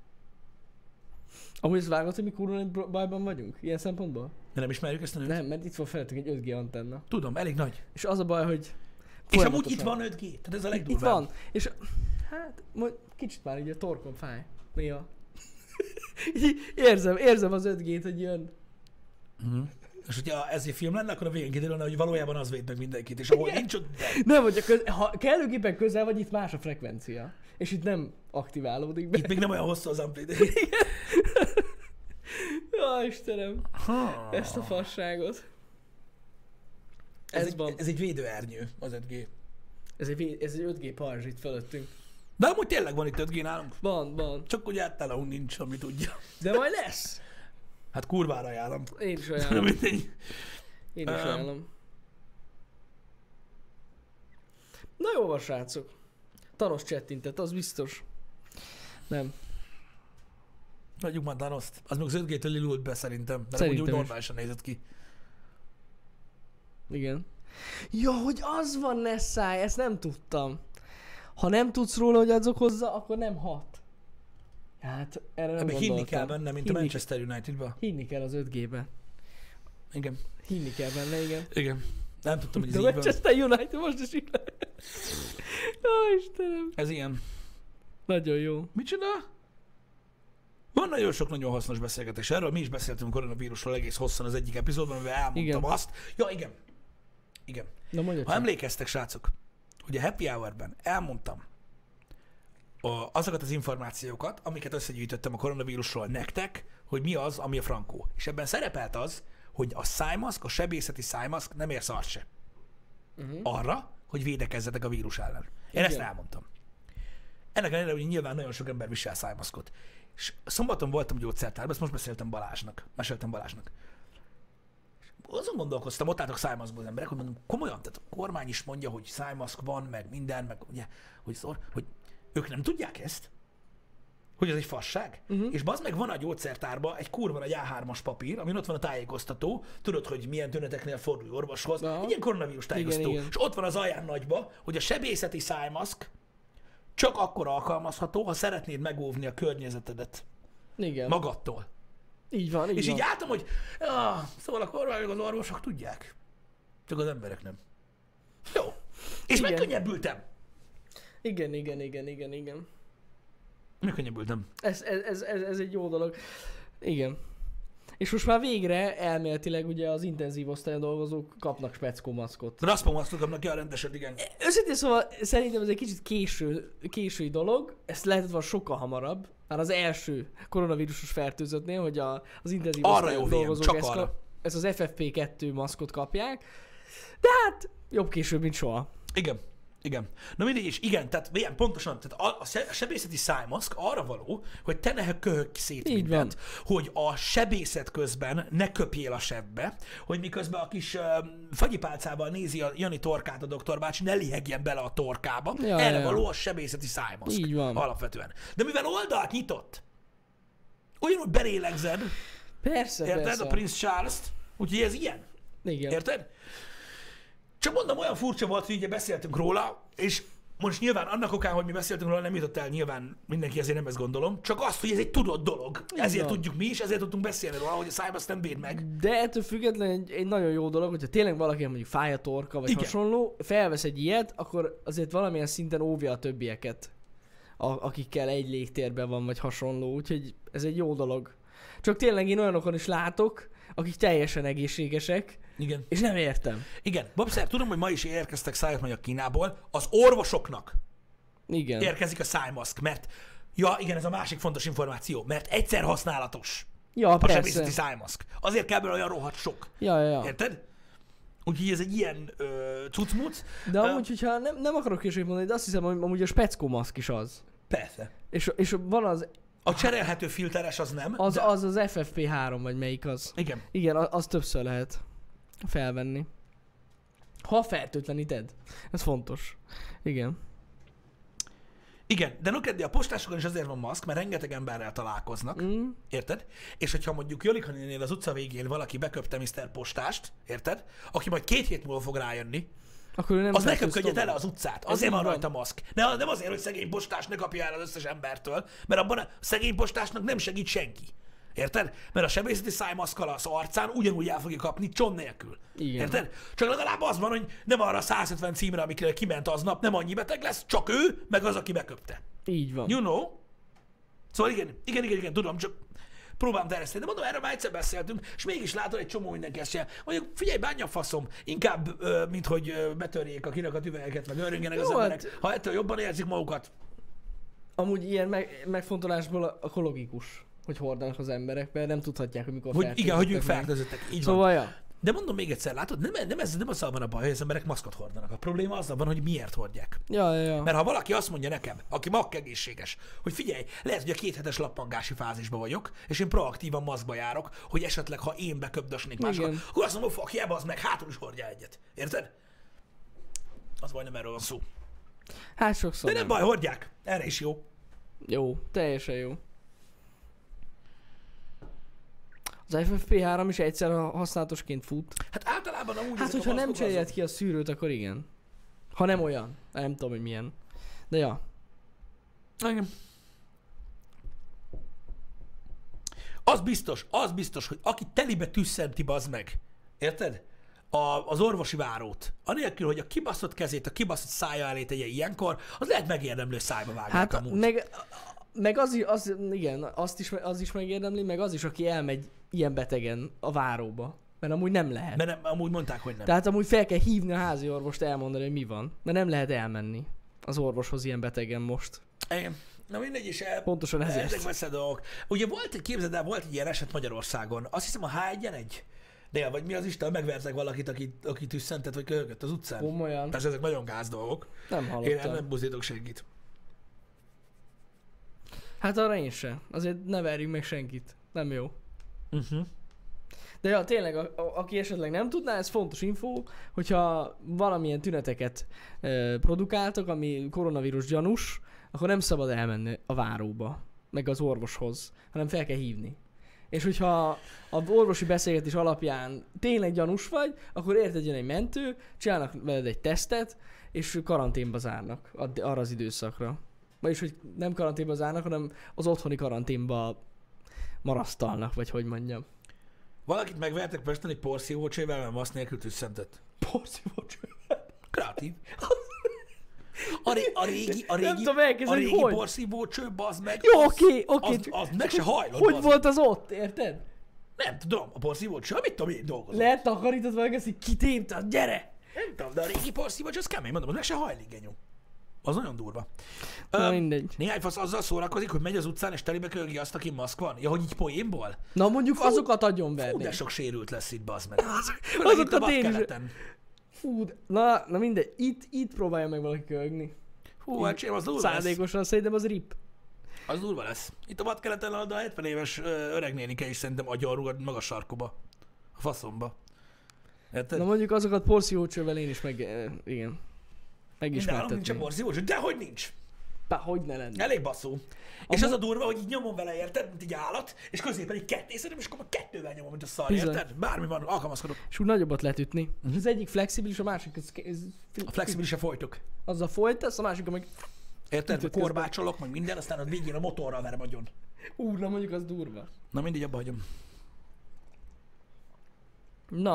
Amúgy ezt vágod, hogy mi kurva nagy bajban vagyunk? Ilyen szempontból? De nem ismerjük ezt a nőt? Nem, mert itt van felettünk egy öt G antenna. Tudom, elég nagy. És az a baj, hogy... És amúgy itt van öt G, tehát ez a legdurvább. Itt van. És hát, majd kicsit már így a torkom fáj. Néha. érzem, érzem az öt G-t, hogy jön. Uh-huh. És hogyha ez egy film lenne, akkor a végén kiderülne, hogy valójában az véd meg mindenkit, és ahol Igen. nincs ott... Nem, hogyha köz, ha kellőképpen közel vagy, itt más a frekvencia. És itt nem aktiválódik be. Itt még nem olyan hosszú az amplid. Jó, Istenem. Ha. Ezt a fasságot. Ez, Ez egy, van. ez egy védőernyő, az öt G. Ez egy, vé- ez egy öt G pajzs itt fölöttünk. De amúgy tényleg van itt öt G nálunk. Van, van. Csak ugye általában nincs, ami tudja. De majd lesz. Hát kurvára ajánlom. Én is ajánlom. Mindegy. Én is Um. ajánlom. Na jó van, srácok. Thanos csettintett, az biztos. Nem. Nagyjuk már Thanost. Az még az öt G-től lilult be szerintem. De Szerintem úgy is. normálisan nézett ki. Igen. Ja, hogy az van, Nessai, ezt nem tudtam. Ha nem tudsz róla, hogy azok hozzá, akkor nem hat. Hát, erre nem Ebben hinni gondoltam. kell benne, mint hinni a Manchester Unitedba. Hinni kell az öt G-ben. Igen. Hinni kell benne, igen. Igen. Nem tudtam, hogy ez De így van. Manchester United most is így lehet. Ó, Istenem. Ez ilyen. Nagyon jó. Micsoda? Van nagyon sok nagyon hasznos beszélgetés erről. Mi is beszéltünk koronavírusról egész hosszan az egyik epizódban, amivel elmondtam Igen. azt. Ja, igen. Igen. Na mondja Ha csak. emlékeztek, srácok, hogy a Happy Hour-ben elmondtam a, azokat az információkat, amiket összegyűjtöttem a koronavírusról nektek, hogy mi az, ami a frankó. És ebben szerepelt az, hogy a szájmaszk, a sebészeti szájmaszk nem ér szart se. Uh-huh. Arra, hogy védekezzetek a vírus ellen. Én Igen. ezt elmondtam. Ennek ellenére, hogy nyilván nagyon sok ember visel szájmaszkot. És szombaton voltam gyógyszertárban, ezt most beszéltem Balázsnak. Meséltem Balázsnak. Azon gondolkoztam, ott álltak szájmaszkban az emberek, hogy mondom, komolyan, tehát a kormány is mondja, hogy szájmaszk van, meg minden, meg ugye, hogy, szor, hogy ők nem tudják ezt? Hogy ez egy fasság? Uh-huh. És bazd meg, van a gyógyszertárban egy kurva egy á hármas papír, amin ott van a tájékoztató, tudod, hogy milyen tüneteknél fordulj orvoshoz, Aha. egy ilyen koronavírus tájékoztató. Igen, igen. És ott van az alján nagyba, hogy a sebészeti szájmaszk csak akkor alkalmazható, ha szeretnéd megóvni a környezetedet Igen. magadtól. Így van, így És van. így álltam, hogy ah, szóval a kormány meg az orvosok tudják. Csak az emberek nem. Jó. És Igen. megkönnyebbültem. Igen, igen, igen, igen, igen. Megkönnyebbültem. Ez, ez, ez, ez, ez egy jó dolog. Igen. És most már végre elméletileg ugye az intenzív osztályon dolgozók kapnak speckó maszkot. Raspamasztok kapnak ki a rendeset, igen. Őszintén szóval szerintem ez egy kicsit késő, késői dolog, ezt lehetett volna sokkal hamarabb, már az első koronavírusos fertőzöttnél, hogy a, az intenzív Arra osztályon jó V M, dolgozók csak ezt, arra. kap, ezt az F F P kettő maszkot kapják, de hát jobb később, mint soha. Igen. Igen. Na mindegy, és igen, tehát ilyen pontosan, tehát a, a se- a sebészeti szájmaszk arra való, hogy te ne köhögj szét Így mindent, hogy a sebészet közben ne köpjél a sebbe, hogy miközben a kis uh, fagyipálcával nézi a Jani torkát a doktor bácsi, ne lihegjen bele a torkába. Ja, Erre ja. való a sebészeti szájmaszk. Így van. Alapvetően. De mivel oldalt nyitott, ugyanúgy belélegzed, Persze, érted, persze. a Prince Charles-t, úgyhogy ez ilyen. Igen. Érted? Csak mondom, olyan furcsa volt, hogy ugye beszéltünk róla, és most nyilván annak okán, hogy mi beszéltünk róla, nem jutott el nyilván mindenki, ezért nem ezt gondolom, csak azt, hogy ez egy tudott dolog. Így Ezért van. tudjuk mi is, ezért tudtunk beszélni róla, hogy a szájbasz nem véd meg. De ettől függetlenül egy, egy nagyon jó dolog, hogyha tényleg valaki mondjuk fáj a torka, vagy Igen. hasonló, felvesz egy ilyet, akkor azért valamilyen szinten óvja a többieket, a, akikkel egy légtérben van, vagy hasonló, úgyhogy ez egy jó dolog. Csak tényleg én olyanokon is látok, akik teljesen egészségesek, Igen. és nem értem. Igen. Babszer, tudom, hogy ma is érkeztek szájmaszk Kínából, az orvosoknak Igen. érkezik a szájmaszk, mert, ja igen, ez a másik fontos információ, mert egyszer használatos Ja, a persze. sebészeti szájmaszk. Azért kell belőle olyan rohadt sok. Ja, ja, ja. Érted? Úgyhogy ez egy ilyen ö, cucmuc. De Ö, amúgy, hogyha nem, nem akarok később mondani, de azt hiszem, hogy amúgy a speckó maszk is az. Persze. És, és van az, A cserélhető filteres az nem. az, de... az az F F P három, vagy melyik az. Igen. Igen, a- az többször lehet felvenni. Ha fertőtleníted. Ez fontos. Igen. Igen, de Nokedi, a postásokon is azért van maszk, mert rengeteg emberrel találkoznak, Mm. érted? És hogyha mondjuk Jolika nénél az utca végén valaki beköpte miszter Postást, érted? Aki majd két hét múlva fog rájönni, Akkor ő nem az ne fertőz köpködje tovább. tele az utcát. Ez Azért így van van. rajta maszk. Ne, nem azért, hogy szegény postás ne kapja el az összes embertől, mert abban a szegény postásnak nem segít senki. Érted? Mert a sebészeti szájmaszkal az arcán ugyanúgy el fogja kapni cson nélkül. Igen. Érted? Csak legalább az van, hogy nem arra a száz ötven címre, amikre kiment aznap, nem annyi beteg lesz, csak ő, meg az, aki beköpte. Így van. You know? Szóval igen, igen, igen, igen, tudom, csak próbálom terjeszteni. De mondom, erről már egyszer beszéltünk, és mégis látod, egy csomó mindenki ezt csinál. Mondjuk, figyelj, bánja a faszom, inkább, ö, mint hogy ö, betörjék a kirakat üvegeket, meg öröngenek az Jó, emberek, hát- ha ettől jobban érzik magukat. Amúgy ilyen meg, megfontolásból akkor logikus, hogy hordanak az emberek, mert nem tudhatják, hogy mikor Hogy igen, hogy ők fertőzöttek meg. fertőzöttek. Így Szóval, van. ja. De mondom még egyszer, látod, nem, nem, ez, nem azzal van a baj, hogy az emberek maszkot hordanak. A probléma azzal van, hogy miért hordják. Ja, ja, ja. Mert ha valaki azt mondja nekem, aki mag egészséges, hogy figyelj, lehet, hogy a kéthetes lappangási fázisban vagyok, és én proaktívan maszkba járok, hogy esetleg, ha én beköpdösnék másokat, Igen. akkor azt mondom, hogy fuck, hiába az meg, hátul is hordjál egyet. Érted? Az baj, nem erről van szó. Hát sokszor De nem baj, hordják. Erre is jó. Jó, teljesen jó. Az ef ef pé három is egyszer használatosként fut. Hát általában amúgy Hát, ezek a hogyha nem maszkok cserélt azok- ki a szűrőt, akkor igen. Ha nem olyan. Nem tudom, hogy milyen. De ja. Igen. Az biztos, az biztos, hogy aki telibe tüsszenti, bazd meg, érted? A, az orvosi várót, anélkül, hogy a kibaszott kezét, a kibaszott szája elé tegye ilyenkor, az lehet megérdemlő szájba vágják Hát amúgy. meg, meg az, i- az, igen, azt is, az is megérdemli, meg az is, aki elmegy ilyen betegen a váróba. Mert amúgy nem lehet. Mert nem, amúgy mondták, hogy nem. Tehát amúgy fel kell hívni a házi orvost, elmondani, hogy mi van. Mert nem lehet elmenni az orvoshoz ilyen betegen most. Igen. Na mindegy is, el, Pontosan ezért. ezek messze dolgok. Ugye volt egy, képzeld el, volt egy ilyen eset Magyarországon, azt hiszem a há egy en egy, dél, vagy mi az Isten, megvertek valakit, aki, aki tüsszentett, vagy köhögött az utcán. Komolyan. Persze ezek nagyon gáz dolgok. Nem Én hallottam. nem buzdítok senkit. Hát arra én sem. Azért ne verjünk meg senkit. Nem jó. Uh-huh. De ja, tényleg, a, a, aki esetleg nem tudná, ez fontos info, hogyha valamilyen tüneteket e, produkáltak, ami koronavírus gyanús, akkor nem szabad elmenni a váróba, meg az orvoshoz, hanem fel kell hívni. És hogyha a orvosi beszélgetés alapján tényleg gyanús vagy, akkor érted, jön egy mentő, csinálnak veled egy tesztet, és karanténba zárnak add- arra az időszakra. Vagyis, hogy nem karanténba zárnak, hanem az otthoni karanténba marasztalnak, vagy hogy mondjam. Valakit megvertek Pesten egy porszívócsével, mert maszk nélkül tüsszentett. Porszívócső. Kreatív. A, ré, a régi, a régi, tudom a elképzelni, régi hogy. porszívócső, bazd meg, Jó, az, oké, oké. az, az meg se hajlott, Hogy bazd volt az ott, érted? Nem tudom, a porszívócső, mit tudom én dolgozom. Lehet takarítod meg, ezt így kitépted, gyere! Nem tudom, de a régi porszívócső, az kemény, mondom, az meg se hajlik, genyó. Az nagyon durva. Na Öm, mindegy. Néhány fasz azzal szórakozik, hogy megy az utcán és telibe köhögi azt, aki maszk van. Ja, hogy így poénból? Na mondjuk Fú, azokat adjon Fú, verni. de sok sérült lesz itt, bazd meg. Főleg itt azokat a én is- vadkeleten. Fú, de- na, na mindegy, itt, itt próbálja meg valaki köhögni. Hú, hát csém, az durva lesz. Szándékosan, szerintem az rip. Az durva lesz. Itt a vadkeleten a hetven éves ö, öreg nénike is szerintem agyarrugad magas sarkuba. A faszomba. Érted? Na mondjuk azokat porszívócsővel én is meg... eh, igen. De nincs a Megismertetném. porszívócső, de hogy nincs. Pá, hogy ne lenne. Elég basszú. És Amúgy- az a durva, hogy így nyomom vele, érted, mint egy állat, és középen egy kettészedem, és akkor már kettővel nyomom, mint a szar, Bizony. érted? Bármi van, alkalmazkodok. És úgy nagyobbat lehet ütni. Uh-huh. Az egyik flexibilis, a másik... Ez, ez, A flexibilisre folytok. azzal folytasz, a másik meg... Érted? Ütött közben. Korbácsolok, meg minden, aztán a végén a motorral verem agyon. Ú, na mondjuk az durva. Na mindig abba hagyom. Na.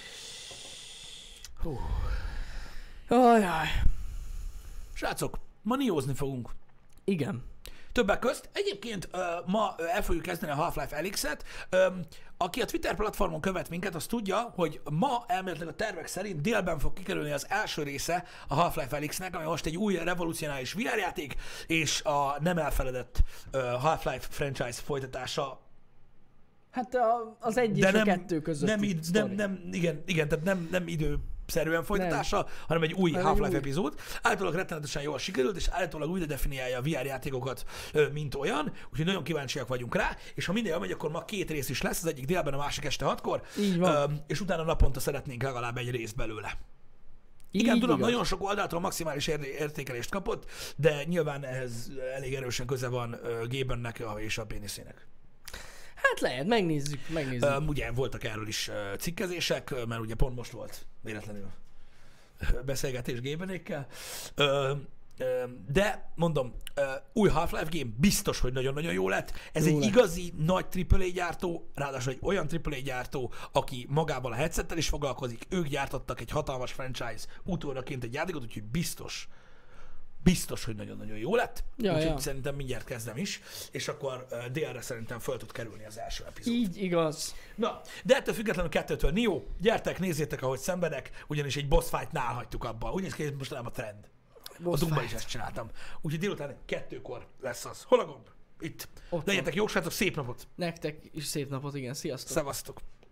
Hú. Ajaj. Srácok, ma niózni fogunk. Igen. Többek közt. Egyébként ö, ma ö, el fogjuk kezdeni a Half-Life Alyx-et. Ö, aki a Twitter platformon követ minket, az tudja, hogy ma elméletileg a tervek szerint délben fog kikerülni az első része a Half-Life Alyx-nek, ami most egy új revolucionális vé er játék, és a nem elfeledett ö, Half-Life franchise folytatása. Hát a, az egy és a kettő között. nem, id, nem, nem, igen, igen, tehát nem, nem időszerűen folytatása, nem. hanem egy új Hanem Half-Life új. epizód. Állítólag rettenetesen jól sikerült, és állítólag újra definiálja a vé er játékokat, ö, mint olyan, úgyhogy nagyon kíváncsiak vagyunk rá, és ha minden jól megy, akkor ma két rész is lesz, az egyik délben, a másik este hatkor, Így van. Ö, és utána naponta szeretnénk legalább egy részt belőle. Igen, Így tudom, igaz. nagyon sok oldaltól maximális ér- értékelést kapott, de nyilván ehhez elég erősen köze van uh, Gabennek és a péniszének. Hát lehet, megnézzük, megnézzük. Uh, ugye voltak erről is uh, cikkezések, uh, mert ugye pont most volt véletlenül uh, beszélgetés Gabenékkel. Uh, uh, de mondom, uh, új Half-Life game biztos, hogy nagyon-nagyon jó lett. Ez Jó egy lett. igazi nagy á á á gyártó, ráadásul egy olyan á á á gyártó, aki magával a headsettel is foglalkozik. Ők gyártottak egy hatalmas franchise utóraként egy játékot, úgyhogy biztos, biztos, hogy nagyon-nagyon jó lett. Ja, úgyhogy ja. szerintem mindjárt kezdem is, és akkor uh, délre szerintem föl tud kerülni az első epizód. Így igaz. Na, de ettől függetlenül kettőtől Nio, gyertek, nézzétek, ahogy szenvedek, ugyanis egy boss fight-nál hagytuk abba. Úgy néz ki, hogy most nem a trend. Boss a Doomban fight. is ezt csináltam. Úgyhogy délután kettőkor lesz az. Hol a gomb? Itt. Ott Legyetek jók, srácok, szép napot. Nektek is szép napot, igen, sziasztok. Szevasztok.